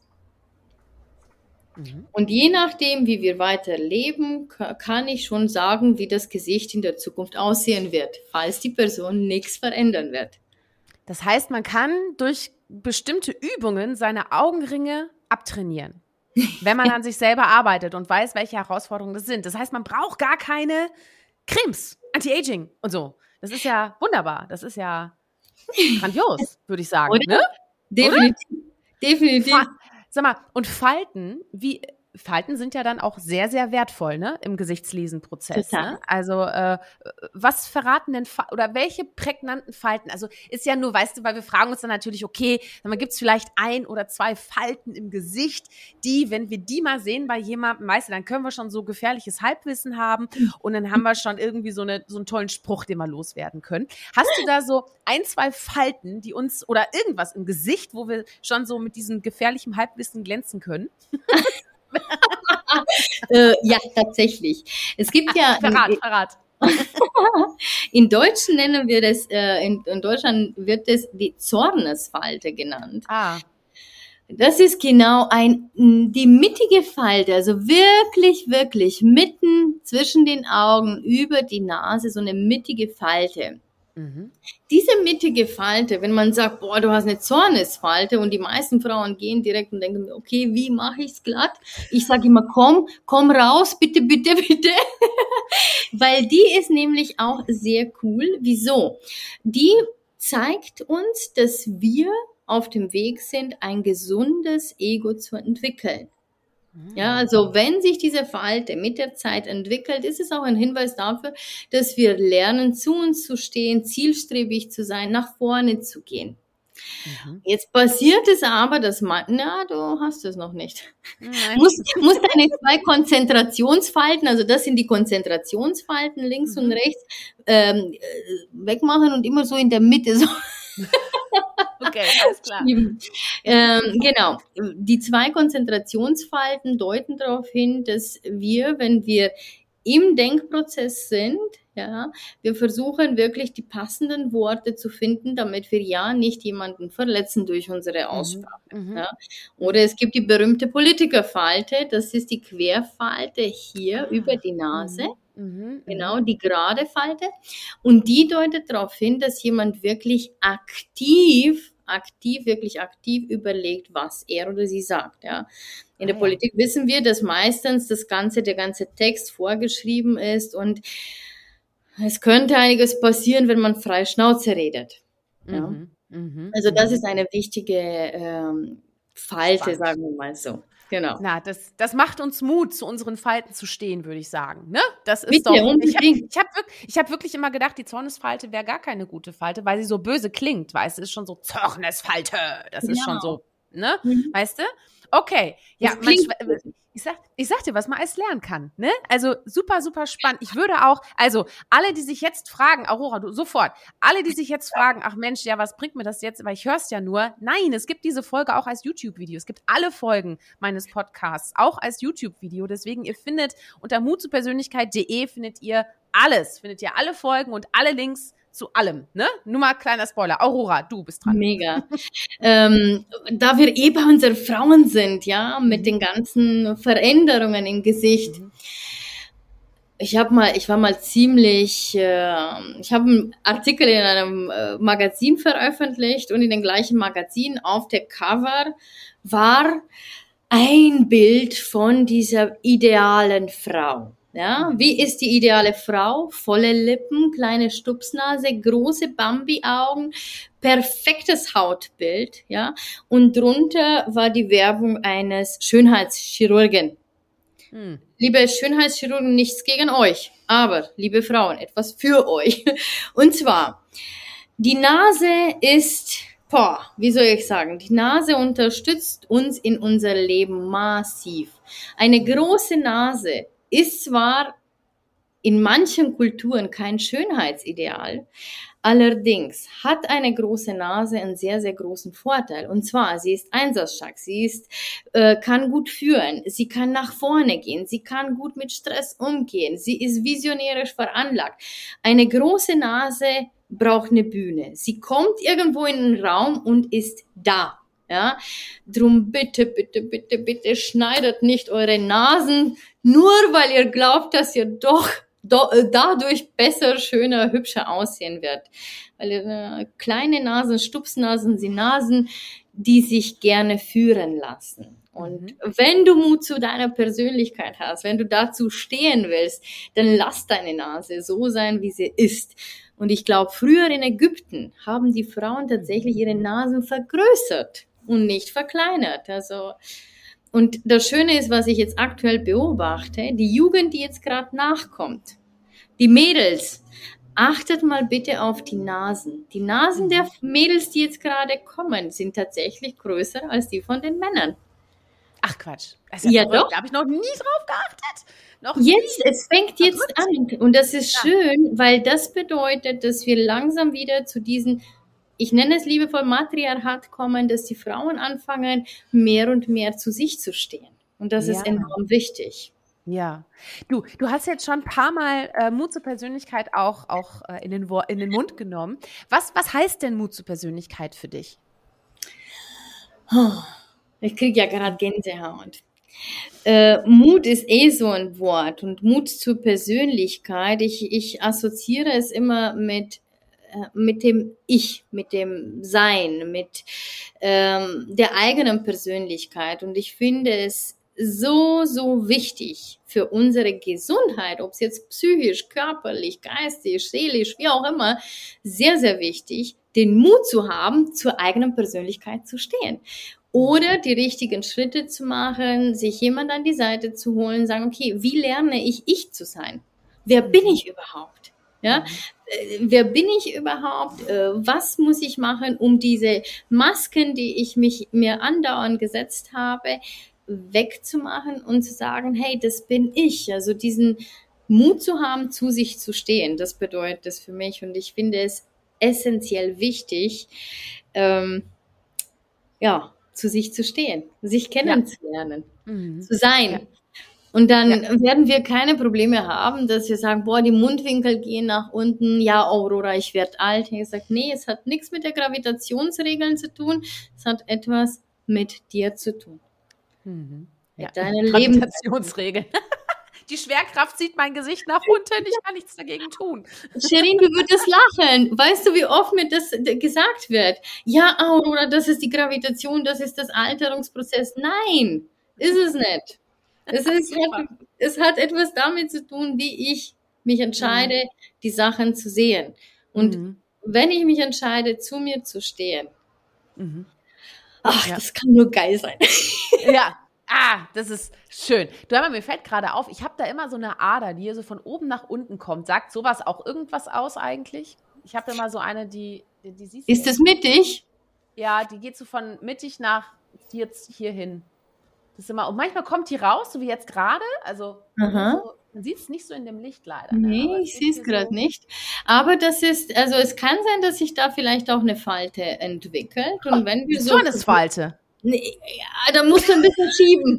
Und je nachdem, wie wir weiter leben, kann ich schon sagen, wie das Gesicht in der Zukunft aussehen wird, falls die Person nichts verändern wird. Das heißt, man kann durch bestimmte Übungen seine Augenringe abtrainieren, wenn man an sich selber arbeitet und weiß, welche Herausforderungen das sind. Das heißt, man braucht gar keine Cremes, Anti-Aging und so. Das ist ja wunderbar. Das ist ja grandios, würde ich sagen. Oder? Ne? Definitiv. Oder? Definitiv. Sag mal, und Falten sind ja dann auch sehr, sehr wertvoll, ne, im Gesichtslesenprozess. Ne? Also, was verraten denn, oder welche prägnanten Falten? Also, ist ja nur, weißt du, weil wir fragen uns dann natürlich, okay, gibt es vielleicht 1 oder 2 Falten im Gesicht, die, wenn wir die mal sehen bei jemandem, weißt du, dann können wir schon so gefährliches Halbwissen haben und dann haben wir schon irgendwie so einen tollen Spruch, den wir loswerden können. Hast du da so 1, 2 Falten, die uns, oder irgendwas im Gesicht, wo wir schon so mit diesem gefährlichen Halbwissen glänzen können? Ja, tatsächlich. Es gibt ja... Verrat. In Deutschen nennen wir das, in Deutschland wird es die Zornesfalte genannt. Das ist genau die mittige Falte, also wirklich, wirklich mitten zwischen den Augen über die Nase, so eine mittige Falte. Diese mittige Falte, wenn man sagt, boah, du hast eine Zornesfalte, und die meisten Frauen gehen direkt und denken, okay, wie mache ich's glatt? Ich sage immer, komm raus, bitte, bitte, bitte. Weil die ist nämlich auch sehr cool. Wieso? Die zeigt uns, dass wir auf dem Weg sind, ein gesundes Ego zu entwickeln. Ja, also wenn sich diese Falte mit der Zeit entwickelt, ist es auch ein Hinweis dafür, dass wir lernen, zu uns zu stehen, zielstrebig zu sein, nach vorne zu gehen. Jetzt passiert es aber, dass du hast es noch nicht. Musst deine 2 Konzentrationsfalten, also das sind die Konzentrationsfalten links und rechts, wegmachen und immer so in der Mitte so. Okay, alles klar. Genau. Die 2 Konzentrationsfalten deuten darauf hin, dass wir, wenn wir im Denkprozess sind, ja, wir versuchen wirklich die passenden Worte zu finden, damit wir ja nicht jemanden verletzen durch unsere Aussprache. Ja. Oder es gibt die berühmte Politikerfalte, das ist die Querfalte hier über die Nase. Genau, die gerade Falte. Und die deutet darauf hin, dass jemand wirklich wirklich aktiv überlegt, was er oder sie sagt. Ja. In der Politik wissen wir, dass meistens der ganze Text vorgeschrieben ist, und es könnte einiges passieren, wenn man frei Schnauze redet. Ja. Also das ist eine wichtige Falte, sagen wir mal so. Genau. Na, das macht uns Mut, zu unseren Falten zu stehen, würde ich sagen. Ne? Das ist Bitte, doch. Unbedingt. Ich hab wirklich immer gedacht, die Zornesfalte wäre gar keine gute Falte, weil sie so böse klingt. Weißt du, ist schon so Zornesfalte. Das ist schon so, ne? Weißt du? Okay. Ja, ich sag dir, was man alles lernen kann, ne? Also super, super spannend. Ich würde auch, also alle, die sich jetzt fragen, Aurora, du sofort, alle, die sich jetzt fragen, ach Mensch, ja, was bringt mir das jetzt? Weil ich höre es ja nur. Nein, es gibt diese Folge auch als YouTube-Video. Es gibt alle Folgen meines Podcasts auch als YouTube-Video. Deswegen, ihr findet unter mutzupersönlichkeit.de findet ihr alles. Findet ihr alle Folgen und alle Links zu allem, ne? Nur mal kleiner Spoiler. Aurora, du bist dran. Mega. Da wir bei unseren Frauen sind, ja, mit den ganzen Veränderungen im Gesicht. Ich habe einen Artikel in einem Magazin veröffentlicht, und in dem gleichen Magazin auf der Cover war ein Bild von dieser idealen Frau. Ja, wie ist die ideale Frau? Volle Lippen, kleine Stupsnase, große Bambi-Augen, perfektes Hautbild, ja. Und drunter war die Werbung eines Schönheitschirurgen. Liebe Schönheitschirurgen, nichts gegen euch, aber, liebe Frauen, etwas für euch. Und zwar, die Nase ist wie soll ich sagen, die Nase unterstützt uns in unser Leben massiv. Eine große Nase ist zwar in manchen Kulturen kein Schönheitsideal, allerdings hat eine große Nase einen sehr, sehr großen Vorteil. Und zwar, sie ist einsatzstark, kann gut führen, sie kann nach vorne gehen, sie kann gut mit Stress umgehen, sie ist visionärisch veranlagt. Eine große Nase braucht eine Bühne. Sie kommt irgendwo in den Raum und ist da. Ja, drum bitte, bitte, bitte, bitte schneidet nicht eure Nasen, nur weil ihr glaubt, dass ihr doch dadurch besser, schöner, hübscher aussehen wird. Weil kleine Nasen, Stupsnasen sind Nasen, die sich gerne führen lassen. Und wenn du Mut zu deiner Persönlichkeit hast, wenn du dazu stehen willst, dann lass deine Nase so sein, wie sie ist. Und ich glaube, früher in Ägypten haben die Frauen tatsächlich ihre Nasen vergrößert und nicht verkleinert. Und das Schöne ist, was ich jetzt aktuell beobachte, die Jugend, die jetzt gerade nachkommt, die Mädels, achtet mal bitte auf die Nasen. Die Nasen der Mädels, die jetzt gerade kommen, sind tatsächlich größer als die von den Männern. Ach Quatsch. Ja, doch. Da habe ich noch nie drauf geachtet. Es fängt jetzt an. Und das ist schön, weil das bedeutet, dass wir langsam wieder zu diesen, ich nenne es liebevoll Matriarchat kommen, dass die Frauen anfangen, mehr und mehr zu sich zu stehen. Und das ist enorm wichtig. Ja. Du hast jetzt schon ein paar Mal Mut zur Persönlichkeit auch in den Mund genommen. Was heißt denn Mut zur Persönlichkeit für dich? Ich kriege ja gerade Gänsehaut. Mut ist so ein Wort und Mut zur Persönlichkeit. Ich assoziiere es immer mit dem Ich, mit dem Sein, mit der eigenen Persönlichkeit. Und ich finde es so, so wichtig für unsere Gesundheit, ob es jetzt psychisch, körperlich, geistig, seelisch, wie auch immer, sehr, sehr wichtig, den Mut zu haben, zur eigenen Persönlichkeit zu stehen. Oder die richtigen Schritte zu machen, sich jemand an die Seite zu holen, sagen, okay, wie lerne ich zu sein? Wer bin ich überhaupt? Ja, wer bin ich überhaupt? Was muss ich machen, um diese Masken, die ich mir andauernd gesetzt habe, wegzumachen und zu sagen, hey, das bin ich. Also diesen Mut zu haben, zu sich zu stehen, das bedeutet das für mich. Und ich finde es essentiell wichtig, zu sich zu stehen, sich kennenzulernen, zu sein. Ja. Und dann werden wir keine Probleme haben, dass wir sagen, die Mundwinkel gehen nach unten, ja, Aurora, ich werde alt. Ich sage, nee, es hat nichts mit der Gravitationsregeln zu tun, es hat etwas mit dir zu tun. Ja, deine Gravitationsregeln. Die Schwerkraft zieht mein Gesicht nach unten, ich kann nichts dagegen tun. Sherin, du würdest lachen. Weißt du, wie oft mir das gesagt wird? Ja, Aurora, das ist die Gravitation, das ist das Alterungsprozess. Nein, ist es nicht. Es hat etwas damit zu tun, wie ich mich entscheide, die Sachen zu sehen. Und wenn ich mich entscheide, zu mir zu stehen, das kann nur geil sein. Ja. Das ist schön. Du, aber mir fällt gerade auf, ich habe da immer so eine Ader, die hier so von oben nach unten kommt. Sagt sowas auch irgendwas aus eigentlich? Ich habe immer so eine, die siehst du. Ist das mittig? Ja, die geht so von mittig nach hier hin. Das ist immer, und manchmal kommt die raus, so wie jetzt gerade. Also so, man sieht es nicht so in dem Licht leider. Nee, ich sehe es gerade nicht. Aber das ist, also es kann sein, dass sich da vielleicht auch eine Falte entwickelt. Und wenn wir so eine Falte. Nee, ja, da musst du ein bisschen schieben.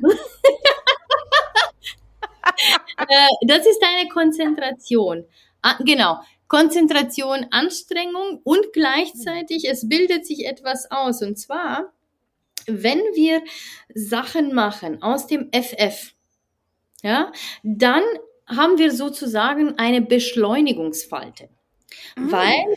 Das ist eine Konzentration. Genau. Konzentration, Anstrengung und gleichzeitig, es bildet sich etwas aus. Und zwar, wenn wir Sachen machen aus dem FF, ja, dann haben wir sozusagen eine Beschleunigungsfalte. Weil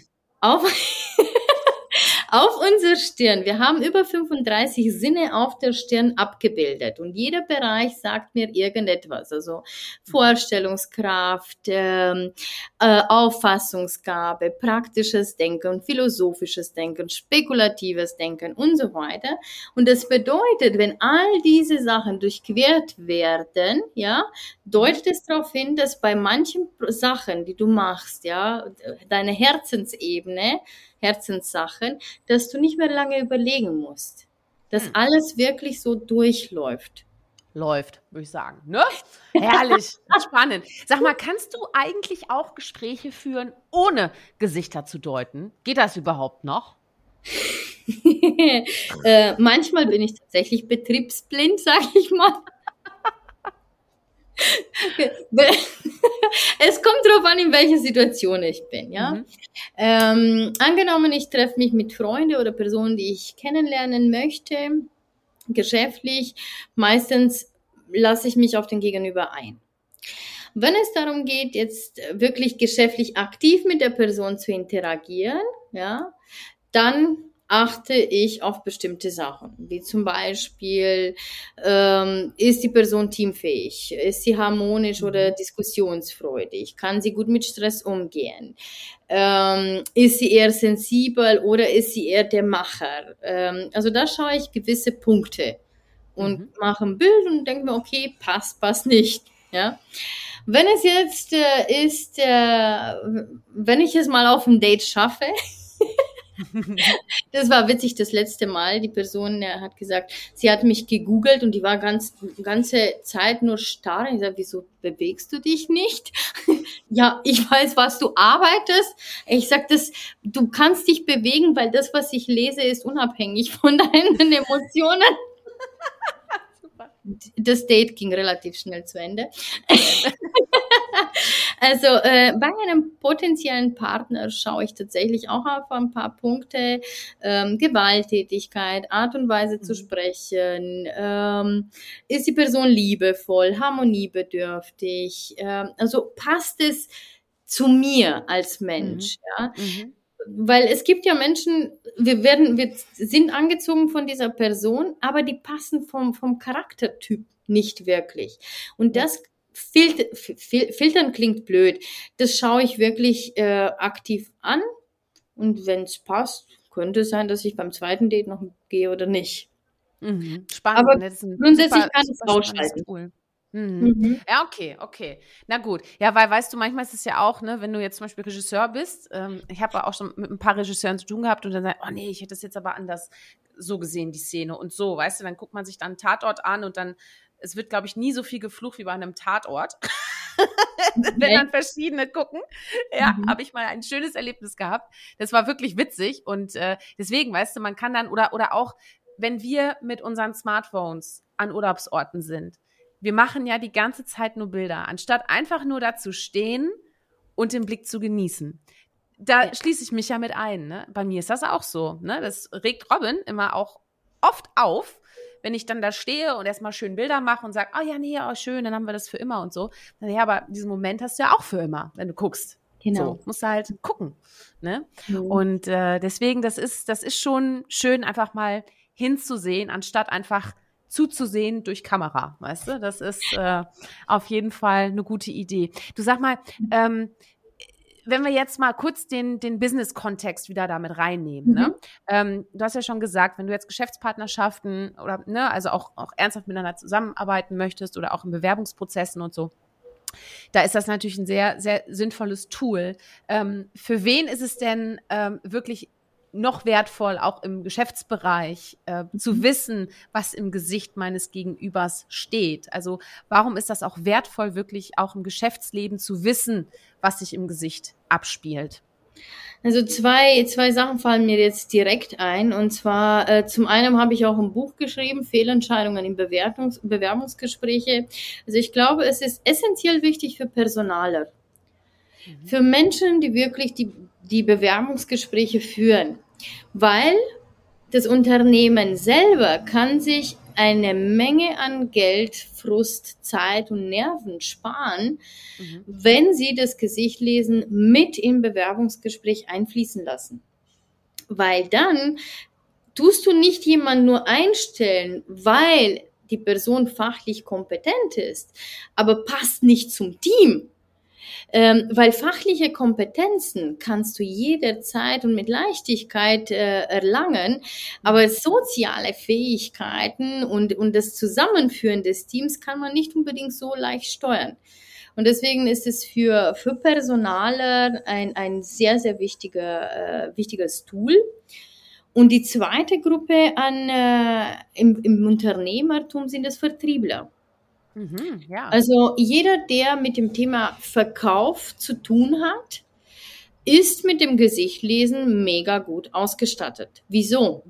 auf unserer Stirn, wir haben über 35 Sinne auf der Stirn abgebildet und jeder Bereich sagt mir irgendetwas, also Vorstellungskraft, Auffassungsgabe, praktisches Denken, philosophisches Denken, spekulatives Denken und so weiter. Und das bedeutet, wenn all diese Sachen durchquert werden, ja, deutet es darauf hin, dass bei manchen Sachen, die du machst, ja, deine Herzensebene Herzenssachen, dass du nicht mehr lange überlegen musst. Dass alles wirklich so durchläuft. Läuft, würde ich sagen. Ne? Herrlich, spannend. Sag mal, kannst du eigentlich auch Gespräche führen, ohne Gesichter zu deuten? Geht das überhaupt noch? Manchmal bin ich tatsächlich betriebsblind, sage ich mal. Es kommt darauf an, in welcher Situation ich bin, ja. Angenommen, ich treffe mich mit Freunden oder Personen, die ich kennenlernen möchte, geschäftlich, meistens lasse ich mich auf den Gegenüber ein. Wenn es darum geht, jetzt wirklich geschäftlich aktiv mit der Person zu interagieren, ja, dann achte ich auf bestimmte Sachen, wie zum Beispiel, ist die Person teamfähig, ist sie harmonisch oder diskussionsfreudig, kann sie gut mit Stress umgehen, ist sie eher sensibel oder ist sie eher der Macher. Also da schaue ich gewisse Punkte und mache ein Bild und denke mir, okay, passt nicht. Ja. Wenn es jetzt wenn ich es mal auf ein Date schaffe, das war witzig, das letzte Mal. Die Person hat gesagt, sie hat mich gegoogelt und die war ganze Zeit nur starr. Ich sage, wieso bewegst du dich nicht? Ja, ich weiß, was du arbeitest. Ich sage, du kannst dich bewegen, weil das, was ich lese, ist unabhängig von deinen Emotionen. Das Date ging relativ schnell zu Ende. Also bei einem potenziellen Partner schaue ich tatsächlich auch auf ein paar Punkte. Gewalttätigkeit, Art und Weise zu sprechen, ist die Person liebevoll, harmoniebedürftig, also passt es zu mir als Mensch, ja. Weil es gibt ja Menschen, wir sind angezogen von dieser Person, aber die passen vom Charaktertyp nicht wirklich. Und das filtern klingt blöd. Das schaue ich wirklich aktiv an. Und wenn es passt, könnte es sein, dass ich beim zweiten Date noch gehe oder nicht. Spannend. Aber grundsätzlich kann ich es ausschalten. Cool. Ja, okay. Na gut. Ja, weil, weißt du, manchmal ist es ja auch, ne, wenn du jetzt zum Beispiel Regisseur bist, ich habe auch schon mit ein paar Regisseuren zu tun gehabt und dann sagt, oh nee, ich hätte das jetzt aber anders so gesehen, die Szene und so, weißt du, dann guckt man sich dann einen Tatort an und dann, es wird, glaube ich, nie so viel geflucht wie bei einem Tatort. Wenn dann verschiedene gucken. Ja, habe ich mal ein schönes Erlebnis gehabt. Das war wirklich witzig und deswegen, weißt du, man kann dann, oder auch, wenn wir mit unseren Smartphones an Urlaubsorten sind, wir machen ja die ganze Zeit nur Bilder, anstatt einfach nur da zu stehen und den Blick zu genießen. Da schließe ich mich ja mit ein. Ne? Bei mir ist das auch so. Ne? Das regt Robin immer auch oft auf, wenn ich dann da stehe und erstmal schön Bilder mache und sage, oh ja, nee, oh schön, dann haben wir das für immer und so. Ja, aber diesen Moment hast du ja auch für immer, wenn du guckst. Genau. So, musst du halt gucken. Ne? Und deswegen, das ist schon schön, einfach mal hinzusehen, anstatt einfach zuzusehen durch Kamera, weißt du? Das ist auf jeden Fall eine gute Idee. Du sag mal, wenn wir jetzt mal kurz den Business-Kontext wieder damit reinnehmen, ne? Du hast ja schon gesagt, wenn du jetzt Geschäftspartnerschaften oder, ne, also auch ernsthaft miteinander zusammenarbeiten möchtest oder auch in Bewerbungsprozessen und so, da ist das natürlich ein sehr, sehr sinnvolles Tool. Für wen ist es denn wirklich noch wertvoll, auch im Geschäftsbereich, zu wissen, was im Gesicht meines Gegenübers steht? Also warum ist das auch wertvoll, wirklich auch im Geschäftsleben zu wissen, was sich im Gesicht abspielt? Also zwei Sachen fallen mir jetzt direkt ein. Und zwar zum einen habe ich auch ein Buch geschrieben, Fehlentscheidungen in Bewerbungsgespräche. Also ich glaube, es ist essentiell wichtig für Personaler. Für Menschen, die wirklich die Bewerbungsgespräche führen, weil das Unternehmen selber kann sich eine Menge an Geld, Frust, Zeit und Nerven sparen, wenn sie das Gesicht lesen mit im Bewerbungsgespräch einfließen lassen. Weil dann tust du nicht jemanden nur einstellen, weil die Person fachlich kompetent ist, aber passt nicht zum Team. Weil fachliche Kompetenzen kannst du jederzeit und mit Leichtigkeit erlangen, aber soziale Fähigkeiten und das Zusammenführen des Teams kann man nicht unbedingt so leicht steuern. Und deswegen ist es für Personaler ein sehr, sehr wichtiges Tool. Und die zweite Gruppe im Unternehmertum sind es Vertriebler. Ja. Also jeder, der mit dem Thema Verkauf zu tun hat, ist mit dem Gesichtlesen mega gut ausgestattet. Wieso?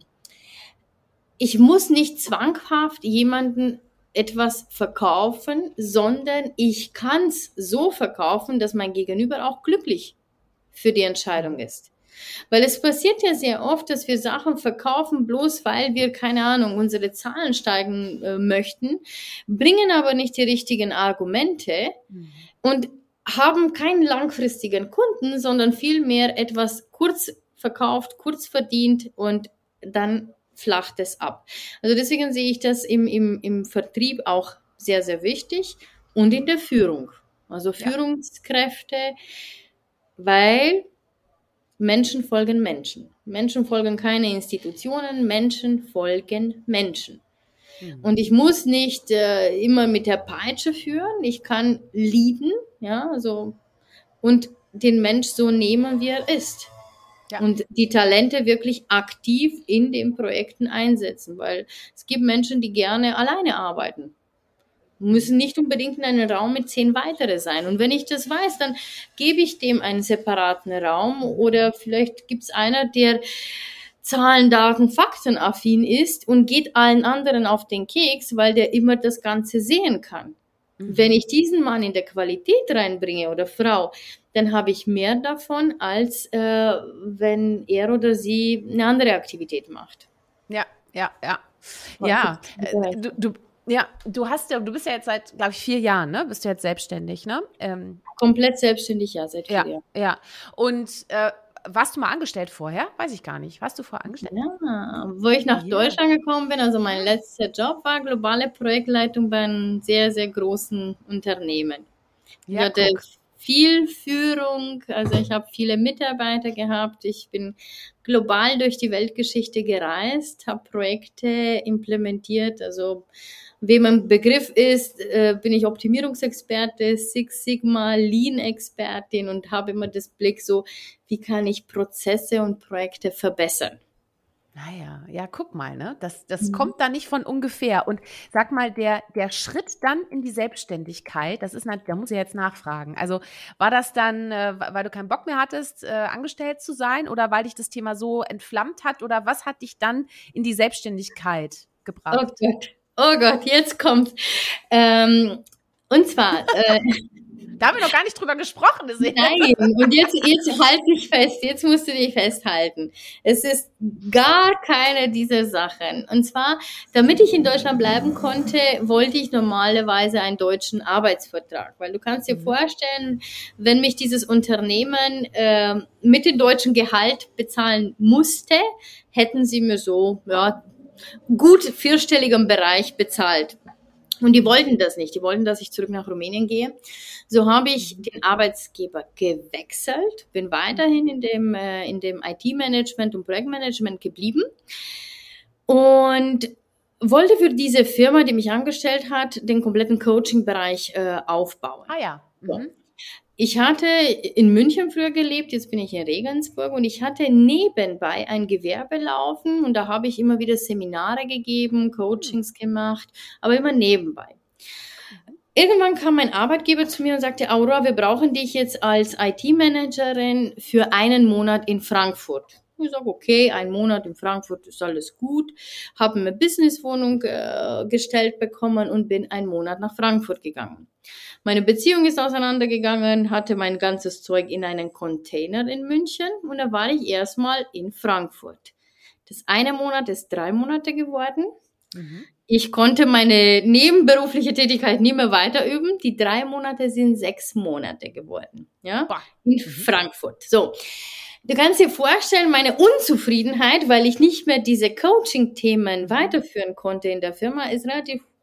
Ich muss nicht zwanghaft jemanden etwas verkaufen, sondern ich kann es so verkaufen, dass mein Gegenüber auch glücklich für die Entscheidung ist. Weil es passiert ja sehr oft, dass wir Sachen verkaufen, bloß weil wir, keine Ahnung, unsere Zahlen steigen möchten, bringen aber nicht die richtigen Argumente und haben keinen langfristigen Kunden, sondern vielmehr etwas kurz verkauft, kurz verdient und dann flacht es ab. Also deswegen sehe ich das im Vertrieb auch sehr, sehr wichtig und in der Führung. Also Führungskräfte, weil Menschen folgen Menschen. Menschen folgen keine Institutionen, Menschen folgen Menschen. Und ich muss nicht immer mit der Peitsche führen, ich kann leaden, ja, also, und den Mensch so nehmen, wie er ist. Ja. Und die Talente wirklich aktiv in den Projekten einsetzen, weil es gibt Menschen, die gerne alleine arbeiten. Müssen nicht unbedingt in einem Raum mit 10 weitere sein. Und wenn ich das weiß, dann gebe ich dem einen separaten Raum oder vielleicht gibt es einer, der Zahlen, Daten, Fakten affin ist und geht allen anderen auf den Keks, weil der immer das Ganze sehen kann. Wenn ich diesen Mann in der Qualität reinbringe oder Frau, dann habe ich mehr davon, als wenn er oder sie eine andere Aktivität macht. Ja. Du bist ja jetzt seit, glaube ich, 4 Jahren, ne? Bist du jetzt selbstständig, ne? Komplett selbstständig, ja, seit 4 Jahren. Ja. Und warst du mal angestellt vorher? Weiß ich gar nicht. Warst du vorher angestellt? Ja, wo ich nach Deutschland gekommen bin, also mein letzter Job war globale Projektleitung bei einem sehr, sehr großen Unternehmen. Ich hatte viel Führung, also ich habe viele Mitarbeiter gehabt, ich bin global durch die Weltgeschichte gereist, habe Projekte implementiert, also wem ein Begriff ist, bin ich Optimierungsexperte, Six Sigma, Lean-Expertin und habe immer das Blick so, wie kann ich Prozesse und Projekte verbessern. Naja, ja, guck mal, ne? Das kommt da nicht von ungefähr. Und sag mal, der Schritt dann in die Selbstständigkeit, da muss ich jetzt nachfragen. Also war das dann, weil du keinen Bock mehr hattest, angestellt zu sein oder weil dich das Thema so entflammt hat oder was hat dich dann in die Selbstständigkeit gebracht? Oh Gott, jetzt kommt's. Und zwar... Da haben wir noch gar nicht drüber gesprochen. Nein, und jetzt halt dich fest, jetzt musst du dich festhalten. Es ist gar keine dieser Sachen. Und zwar, damit ich in Deutschland bleiben konnte, wollte ich normalerweise einen deutschen Arbeitsvertrag. Weil du kannst dir vorstellen, wenn mich dieses Unternehmen mit dem deutschen Gehalt bezahlen musste, hätten sie mir so gut 4-stelligem Bereich bezahlt. Und die wollten das nicht. Die wollten, dass ich zurück nach Rumänien gehe. So habe ich den Arbeitsgeber gewechselt, bin weiterhin in dem IT-Management und Projektmanagement geblieben und wollte für diese Firma, die mich angestellt hat, den kompletten Coaching-Bereich aufbauen. Ah ja. So. Ich hatte in München früher gelebt, jetzt bin ich in Regensburg und ich hatte nebenbei ein Gewerbe laufen und da habe ich immer wieder Seminare gegeben, Coachings gemacht, aber immer nebenbei. Irgendwann kam mein Arbeitgeber zu mir und sagte, Aurora, wir brauchen dich jetzt als IT-Managerin für 1 Monat in Frankfurt. Ich sage, okay, 1 Monat in Frankfurt ist alles gut, habe eine Businesswohnung gestellt bekommen und bin 1 Monat nach Frankfurt gegangen. Meine Beziehung ist auseinandergegangen, hatte mein ganzes Zeug in einen Container in München und da war ich erstmal in Frankfurt. Das eine Monat ist 3 Monate geworden. Ich konnte meine nebenberufliche Tätigkeit nie mehr weiterüben. Die 3 Monate sind 6 Monate geworden, ja, in Frankfurt. So. Du kannst dir vorstellen, meine Unzufriedenheit, weil ich nicht mehr diese Coaching-Themen weiterführen konnte in der Firma, ist relativ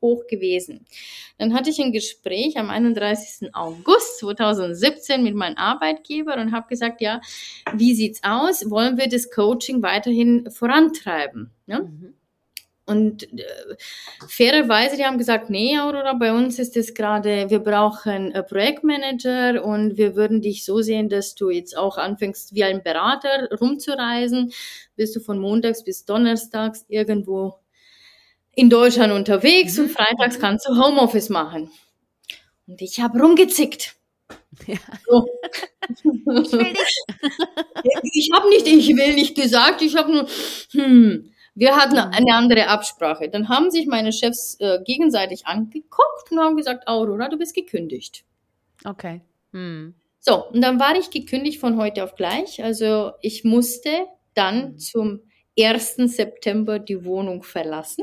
hoch gewesen. Dann hatte ich ein Gespräch am 31. August 2017 mit meinem Arbeitgeber und habe gesagt, ja, wie sieht's aus? Wollen wir das Coaching weiterhin vorantreiben? Ne? Mhm. Und fairerweise, die haben gesagt, nee, Aurora, bei uns ist es gerade, wir brauchen einen Projektmanager und wir würden dich so sehen, dass du jetzt auch anfängst, wie ein Berater rumzureisen. Bist du von montags bis donnerstags irgendwo in Deutschland unterwegs und freitags kannst du Homeoffice machen. Und ich habe rumgezickt. Ja. So. Ich will nicht. Ich will nicht gesagt, ich habe nur, wir hatten eine andere Absprache. Dann haben sich meine Chefs gegenseitig angeguckt und haben gesagt, Aurora, du bist gekündigt. Okay. So, und dann war ich gekündigt von heute auf gleich. Also ich musste dann zum 1. September die Wohnung verlassen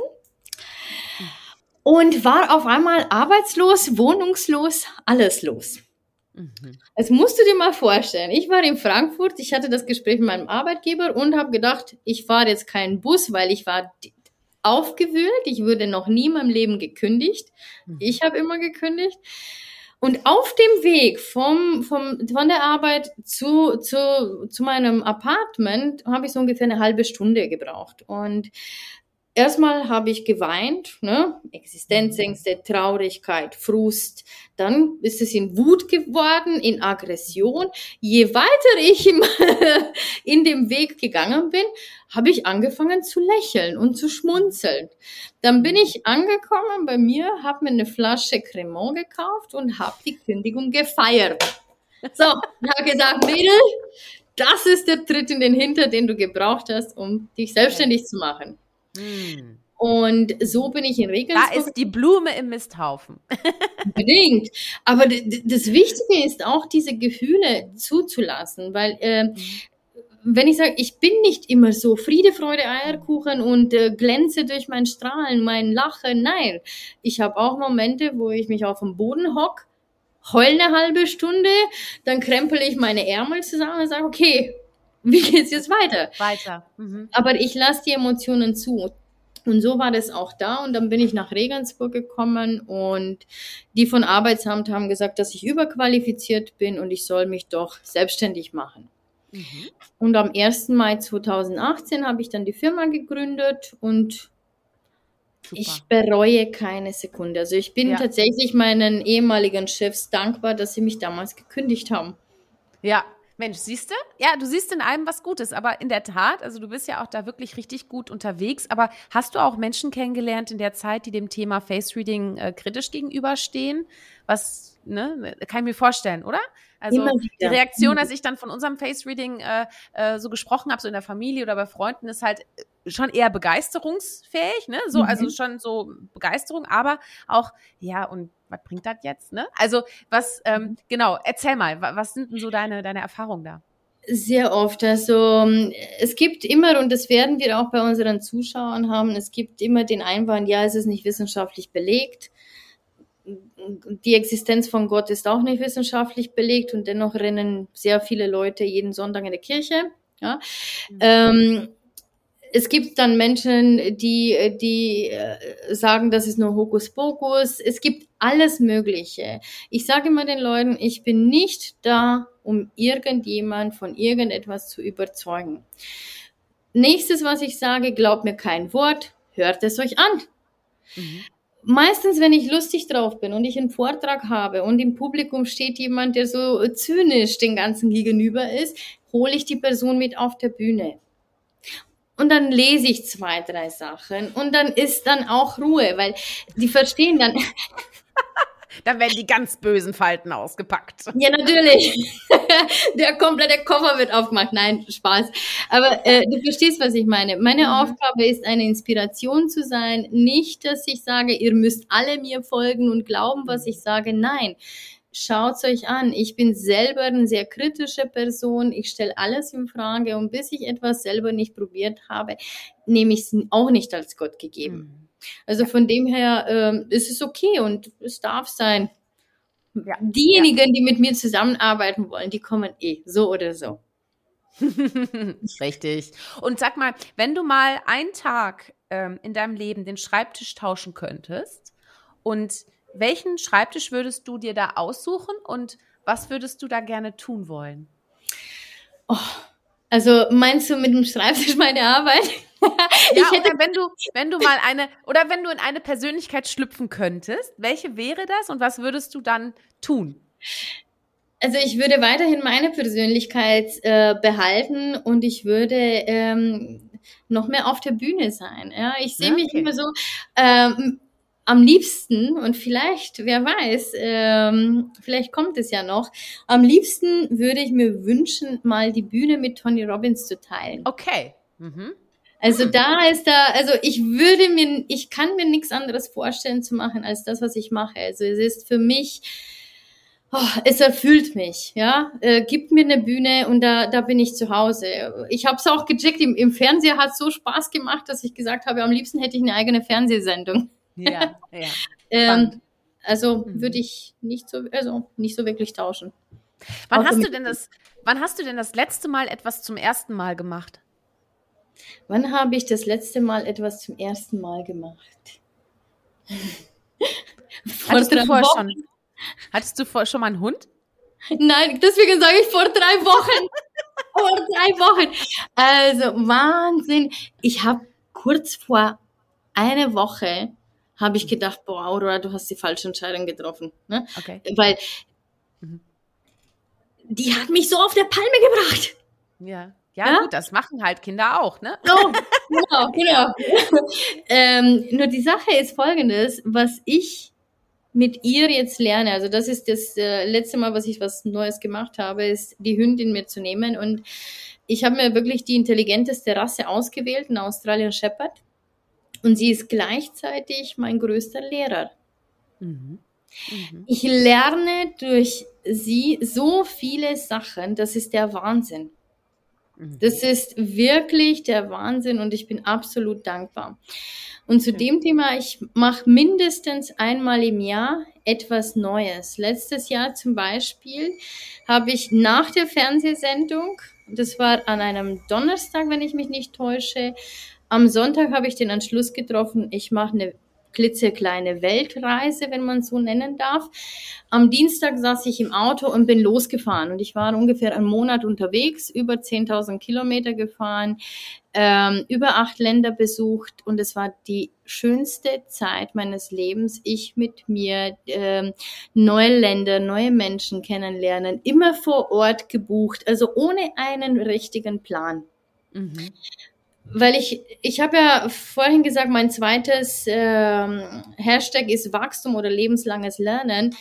und war auf einmal arbeitslos, wohnungslos, alles los. Das musst du dir mal vorstellen. Ich war in Frankfurt, ich hatte das Gespräch mit meinem Arbeitgeber und habe gedacht, ich fahre jetzt keinen Bus, weil ich war aufgewühlt. Ich würde noch nie in meinem Leben gekündigt. Ich habe immer gekündigt. Und auf dem Weg von der Arbeit zu meinem Apartment habe ich so ungefähr eine halbe Stunde gebraucht. Und erstmal habe ich geweint, ne? Existenzängste, Traurigkeit, Frust. Dann ist es in Wut geworden, in Aggression. Je weiter ich in dem Weg gegangen bin, habe ich angefangen zu lächeln und zu schmunzeln. Dann bin ich angekommen bei mir, habe mir eine Flasche Cremant gekauft und habe die Kündigung gefeiert. So, ich habe gesagt, Mädel, das ist der Tritt in den Hintern, den du gebraucht hast, um dich selbstständig zu machen. Und so bin ich in Regensburg. Da ist die Blume im Misthaufen. Unbedingt. Aber das Wichtige ist auch, diese Gefühle zuzulassen, weil wenn ich sage, ich bin nicht immer so Friede, Freude, Eierkuchen und glänze durch mein Strahlen, mein Lachen, nein. Ich habe auch Momente, wo ich mich auf dem Boden hocke, heul eine halbe Stunde, dann krempel ich meine Ärmel zusammen und sage, okay, wie geht's jetzt weiter? Aber ich lasse die Emotionen zu. Und so war das auch da. Und dann bin ich nach Regensburg gekommen und die von Arbeitsamt haben gesagt, dass ich überqualifiziert bin und ich soll mich doch selbstständig machen. Und am 1. Mai 2018 habe ich dann die Firma gegründet und ich bereue keine Sekunde. Also ich bin tatsächlich meinen ehemaligen Chefs dankbar, dass sie mich damals gekündigt haben. Ja. Mensch, siehst du? Ja, du siehst in allem was Gutes, aber in der Tat, also du bist ja auch da wirklich richtig gut unterwegs, aber hast du auch Menschen kennengelernt in der Zeit, die dem Thema Face Reading kritisch gegenüberstehen? Was, ne, kann ich mir vorstellen, oder? Also die Reaktion, als ich dann von unserem Face Reading so gesprochen habe, so in der Familie oder bei Freunden, ist halt schon eher begeisterungsfähig, ne? So, also schon so Begeisterung, aber auch, ja, und was bringt das jetzt, ne? Also was, genau, erzähl mal, was sind denn so deine Erfahrungen da? Sehr oft, also es gibt immer, und das werden wir auch bei unseren Zuschauern haben, es gibt immer den Einwand, ja, es ist nicht wissenschaftlich belegt. Die Existenz von Gott ist auch nicht wissenschaftlich belegt und dennoch rennen sehr viele Leute jeden Sonntag in die Kirche. Ja? Es gibt dann Menschen, die sagen, das ist nur Hokuspokus. Es gibt alles Mögliche. Ich sage immer den Leuten, ich bin nicht da, um irgendjemand von irgendetwas zu überzeugen. Nächstes, was ich sage, glaubt mir kein Wort, hört es euch an. Meistens, wenn ich lustig drauf bin und ich einen Vortrag habe und im Publikum steht jemand, der so zynisch den ganzen gegenüber ist, hole ich die Person mit auf der Bühne. Und dann lese ich 2, 3 Sachen und dann ist dann auch Ruhe, weil die verstehen dann. Dann werden die ganz bösen Falten ausgepackt. Ja, natürlich. Der komplette Koffer wird aufgemacht. Nein, Spaß. Aber du verstehst, was ich meine. Meine Aufgabe ist, eine Inspiration zu sein. Nicht, dass ich sage, ihr müsst alle mir folgen und glauben, was ich sage. Nein. Schaut's euch an. Ich bin selber eine sehr kritische Person. Ich stelle alles in Frage. Und bis ich etwas selber nicht probiert habe, nehme ich es auch nicht als Gott gegeben. Also von dem her ist es okay und es darf sein. Ja. Diejenigen, die mit mir zusammenarbeiten wollen, die kommen so oder so. Richtig. Und sag mal, wenn du mal einen Tag in deinem Leben den Schreibtisch tauschen könntest Und welchen Schreibtisch würdest du dir da aussuchen und was würdest du da gerne tun wollen? Oh, also meinst du mit dem Schreibtisch meine Arbeit? Ja, oder wenn du mal wenn du in eine Persönlichkeit schlüpfen könntest, welche wäre das und was würdest du dann tun? Also ich würde weiterhin meine Persönlichkeit behalten und ich würde noch mehr auf der Bühne sein. Ja, ich sehe mich immer so am liebsten und vielleicht, wer weiß, vielleicht kommt es ja noch. Am liebsten würde ich mir wünschen, mal die Bühne mit Tony Robbins zu teilen. Okay. Also ich kann mir nichts anderes vorstellen zu machen als das, was ich mache. Also es ist für mich, es erfüllt mich, ja. Gibt mir eine Bühne und da bin ich zu Hause. Ich habe es auch gecheckt, im Fernseher hat es so Spaß gemacht, dass ich gesagt habe, am liebsten hätte ich eine eigene Fernsehsendung. Ja, ja. Also würde ich nicht so wirklich tauschen. Wann hast du denn das letzte Mal etwas zum ersten Mal gemacht? Wann habe ich das letzte Mal etwas zum ersten Mal gemacht? Hattest du vorher schon mal einen Hund? Nein, deswegen sage ich vor 3 Wochen. Vor 3 Wochen. Also Wahnsinn. Ich habe kurz vor einer Woche habe ich gedacht, boah, Aurora, du hast die falsche Entscheidung getroffen. Ne? Okay. Weil die hat mich so auf der Palme gebracht. Ja, gut, das machen halt Kinder auch, ne? Genau. Nur die Sache ist folgendes, was ich mit ihr jetzt lerne, also das ist das letzte Mal, was ich was Neues gemacht habe, ist die Hündin mitzunehmen und ich habe mir wirklich die intelligenteste Rasse ausgewählt, einen Australian Shepherd und sie ist gleichzeitig mein größter Lehrer. Ich lerne durch sie so viele Sachen, das ist der Wahnsinn. Das ist wirklich der Wahnsinn und ich bin absolut dankbar. Und zu dem Thema, ich mache mindestens einmal im Jahr etwas Neues. Letztes Jahr zum Beispiel habe ich nach der Fernsehsendung, das war an einem Donnerstag, wenn ich mich nicht täusche, am Sonntag habe ich den Entschluss getroffen, ich mache eine klitzekleine Weltreise, wenn man es so nennen darf. Am Dienstag saß ich im Auto und bin losgefahren und ich war ungefähr einen Monat unterwegs, über 10.000 Kilometer gefahren, über 8 Länder besucht und es war die schönste Zeit meines Lebens. Ich mit mir, neue Länder, neue Menschen kennenlernen, immer vor Ort gebucht, also ohne einen richtigen Plan. Weil ich habe ja vorhin gesagt, mein zweites Hashtag ist Wachstum oder lebenslanges Lernen.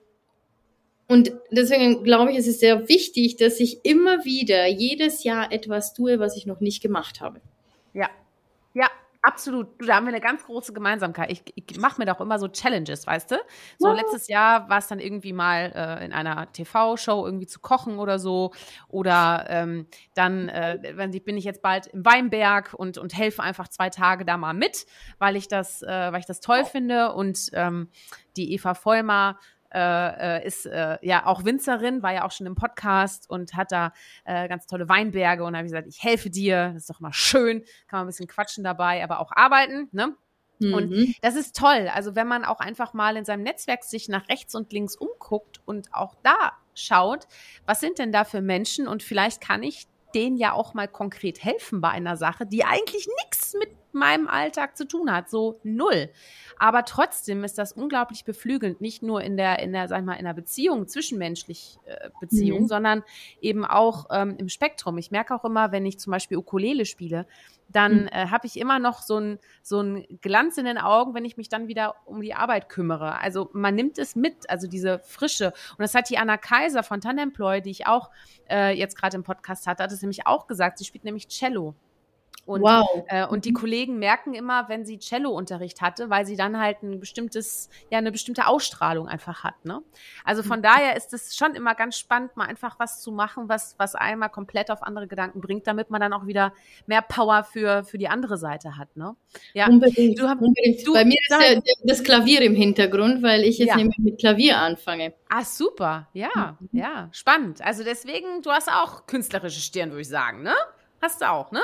Und deswegen glaube ich, es ist sehr wichtig, dass ich immer wieder jedes Jahr etwas tue, was ich noch nicht gemacht habe. Ja, absolut. Du, da haben wir eine ganz große Gemeinsamkeit. Ich mache mir doch immer so Challenges, weißt du? So letztes Jahr war es dann irgendwie mal in einer TV-Show irgendwie zu kochen oder so. Oder dann bin ich jetzt bald im Weinberg und helfe einfach 2 Tage da mal mit, weil ich das toll finde. Und die Eva Vollmer ist ja auch Winzerin, war ja auch schon im Podcast und hat da ganz tolle Weinberge und habe gesagt, ich helfe dir, das ist doch mal schön, kann man ein bisschen quatschen dabei, aber auch arbeiten, ne? Und das ist toll, also wenn man auch einfach mal in seinem Netzwerk sich nach rechts und links umguckt und auch da schaut, was sind denn da für Menschen und vielleicht kann ich denen ja auch mal konkret helfen bei einer Sache, die eigentlich nichts mit meinem Alltag zu tun hat, so 0. Aber trotzdem ist das unglaublich beflügelnd, nicht nur in der, sag ich mal, in der Beziehung, zwischenmenschlich Beziehung, sondern eben auch im Spektrum. Ich merke auch immer, wenn ich zum Beispiel Ukulele spiele, dann habe ich immer noch so ein Glanz in den Augen, wenn ich mich dann wieder um die Arbeit kümmere. Also man nimmt es mit, also diese Frische. Und das hat die Anna Kaiser von Tandemploy, die ich auch jetzt gerade im Podcast hatte, hat es nämlich auch gesagt. Sie spielt nämlich Cello. Und, und die Kollegen merken immer, wenn sie Cello-Unterricht hatte, weil sie dann halt eine bestimmte Ausstrahlung einfach hat, ne? Also von daher ist es schon immer ganz spannend, mal einfach was zu machen, was einmal komplett auf andere Gedanken bringt, damit man dann auch wieder mehr Power für die andere Seite hat, ne? Ja. Unbedingt. Bei mir ist ja das Klavier im Hintergrund, weil ich jetzt nämlich mit Klavier anfange. Ah, super. Ja, ja, spannend. Also deswegen, du hast auch künstlerische Stirn, würde ich sagen, ne? Hast du auch, ne?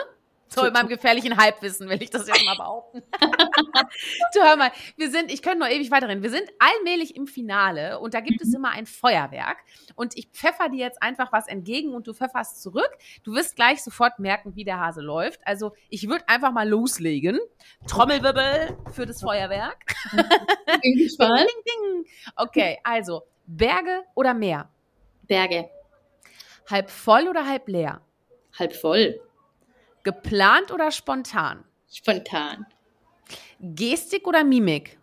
So in meinem gefährlichen Halbwissen will ich das jetzt mal behaupten. Du, hör mal, ich könnte noch ewig weiterreden. Wir sind allmählich im Finale und da gibt es immer ein Feuerwerk und ich pfeffer dir jetzt einfach was entgegen und du pfefferst zurück. Du wirst gleich sofort merken, wie der Hase läuft. Also ich würde einfach mal loslegen. Trommelwirbel für das Feuerwerk. Bin gespannt. Ding, ding. Okay, also Berge oder Meer? Berge. Halb voll oder halb leer? Halb voll. Geplant oder spontan? Spontan. Gestik oder Mimik?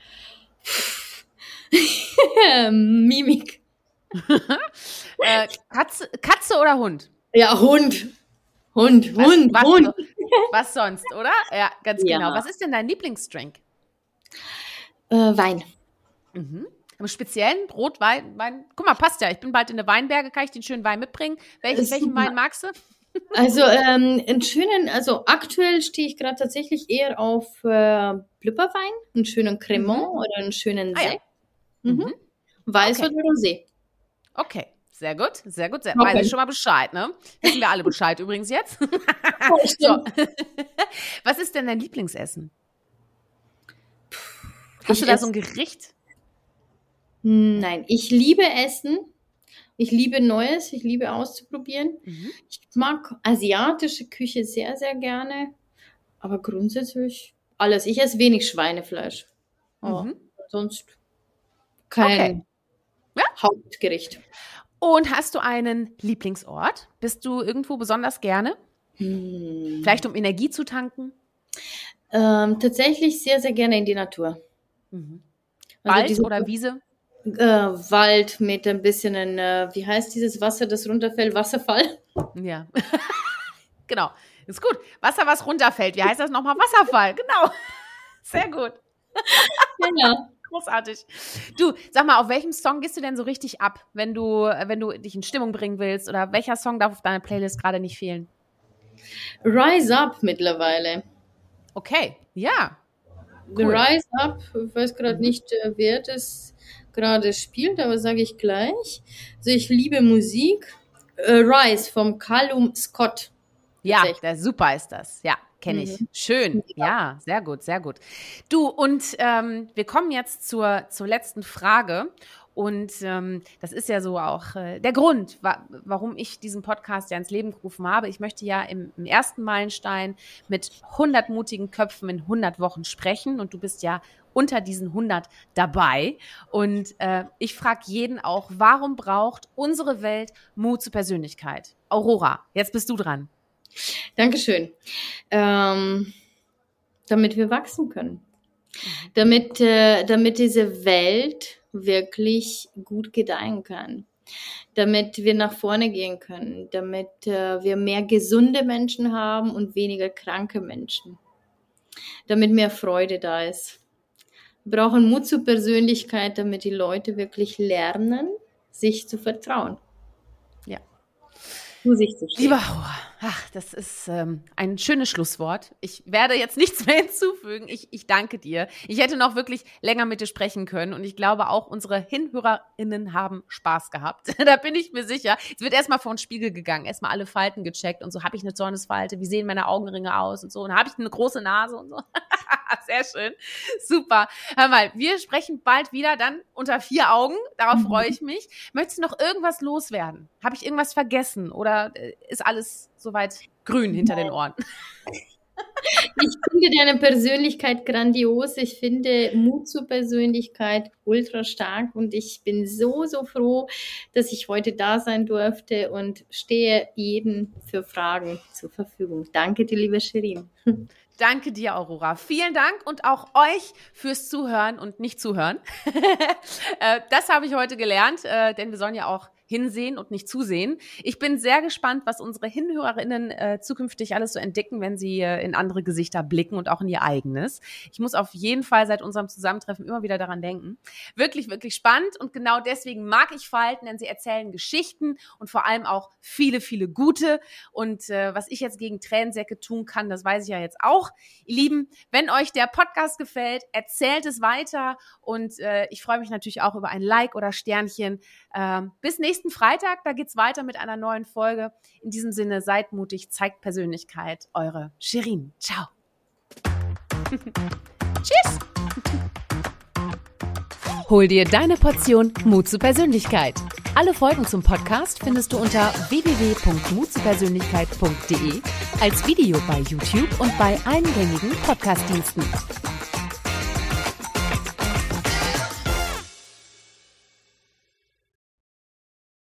Mimik. Katze oder Hund? Ja, Hund. Hund. Was sonst, oder? Ja, ganz Ja. genau. Was ist denn dein Lieblingsdrink? Wein. Im speziellen Rotwein. Guck mal, passt ja. Ich bin bald in der Weinberge. Kann ich den schönen Wein mitbringen? Welchen Wein magst du? Also aktuell stehe ich gerade tatsächlich eher auf Blüpperwein, einen schönen Cremant oder einen schönen Ah, ja. Sekt. Weiß Okay. oder Rosé. Okay, sehr gut, sehr gut. Okay. Weiß ich schon mal Bescheid, ne? Wissen wir alle Bescheid übrigens jetzt. Oh, So. Was ist denn dein Lieblingsessen? Hast du da so ein Gericht? Nein, ich liebe Essen. Ich liebe Neues, ich liebe auszuprobieren. Ich mag asiatische Küche sehr, sehr gerne. Aber grundsätzlich alles. Ich esse wenig Schweinefleisch. Aber sonst kein Hauptgericht. Und hast du einen Lieblingsort? Bist du irgendwo besonders gerne? Vielleicht um Energie zu tanken? Tatsächlich sehr, sehr gerne in die Natur. Wald diese- oder Wiese? Wald mit ein bisschen, wie heißt dieses Wasser, das runterfällt? Wasserfall? Ja. Genau. Ist gut. Wasser, was runterfällt. Wie heißt das nochmal? Wasserfall. Genau. Sehr gut. Ja. Großartig. Du, sag mal, auf welchem Song gehst du denn so richtig ab, wenn du dich in Stimmung bringen willst? Oder welcher Song darf auf deiner Playlist gerade nicht fehlen? Rise Up mittlerweile. Okay, ja. Cool. Rise Up, ich weiß gerade nicht, wer das gerade spielt, aber sage ich gleich. Also ich liebe Musik. Rise vom Callum Scott. Ja, Tatsächlich. super ist das. Ja, kenne ich. Schön. Ja, sehr gut, sehr gut. Du, und wir kommen jetzt zur letzten Frage. Und das ist ja so auch der Grund, warum ich diesen Podcast ja ins Leben gerufen habe. Ich möchte ja im ersten Meilenstein mit 100 mutigen Köpfen in 100 Wochen sprechen. Und du bist ja unter diesen 100 dabei. Und ich frage jeden auch, warum braucht unsere Welt Mut zur Persönlichkeit? Aurora, jetzt bist du dran. Dankeschön. Damit wir wachsen können. Damit diese Welt wirklich gut gedeihen kann. Damit wir nach vorne gehen können. Damit wir mehr gesunde Menschen haben und weniger kranke Menschen. Damit mehr Freude da ist. Wir brauchen Mut zur Persönlichkeit, damit die Leute wirklich lernen, sich zu vertrauen. Ja. Zu sich zu stehen. Lieber Aurora, das ist ein schönes Schlusswort. Ich werde jetzt nichts mehr hinzufügen. Ich danke dir. Ich hätte noch wirklich länger mit dir sprechen können und ich glaube auch unsere HinhörerInnen haben Spaß gehabt. Da bin ich mir sicher. Es wird erstmal vor den Spiegel gegangen, erstmal alle Falten gecheckt und so, habe ich eine Zornesfalte, wie sehen meine Augenringe aus und so und habe ich eine große Nase und so. Sehr schön. Super. Hör mal, wir sprechen bald wieder, dann unter 4 Augen. Darauf freue ich mich. Möchtest du noch irgendwas loswerden? Habe ich irgendwas vergessen oder ist alles soweit grün hinter den Ohren? Ich finde deine Persönlichkeit grandios. Ich finde Mut zur Persönlichkeit ultra stark und ich bin so, so froh, dass ich heute da sein durfte und stehe jedem für Fragen zur Verfügung. Danke dir, liebe Shirin. Danke dir, Aurora. Vielen Dank und auch euch fürs Zuhören und nicht zuhören. Das habe ich heute gelernt, denn wir sollen ja auch hinsehen und nicht zusehen. Ich bin sehr gespannt, was unsere HinhörerInnen zukünftig alles so entdecken, wenn sie in andere Gesichter blicken und auch in ihr eigenes. Ich muss auf jeden Fall seit unserem Zusammentreffen immer wieder daran denken. Wirklich, wirklich spannend und genau deswegen mag ich Falten, denn sie erzählen Geschichten und vor allem auch viele, viele gute. Und was ich jetzt gegen Tränensäcke tun kann, das weiß ich ja jetzt auch. Ihr Lieben, wenn euch der Podcast gefällt, erzählt es weiter und ich freue mich natürlich auch über ein Like oder Sternchen. Bis nächstes nächsten Freitag, da geht's weiter mit einer neuen Folge. In diesem Sinne, seid mutig, zeigt Persönlichkeit. Eure Shirin. Ciao. Tschüss. Hol dir deine Portion Mut zur Persönlichkeit. Alle Folgen zum Podcast findest du unter www.mutzupersönlichkeit.de, als Video bei YouTube und bei allen gängigen Podcast-Diensten.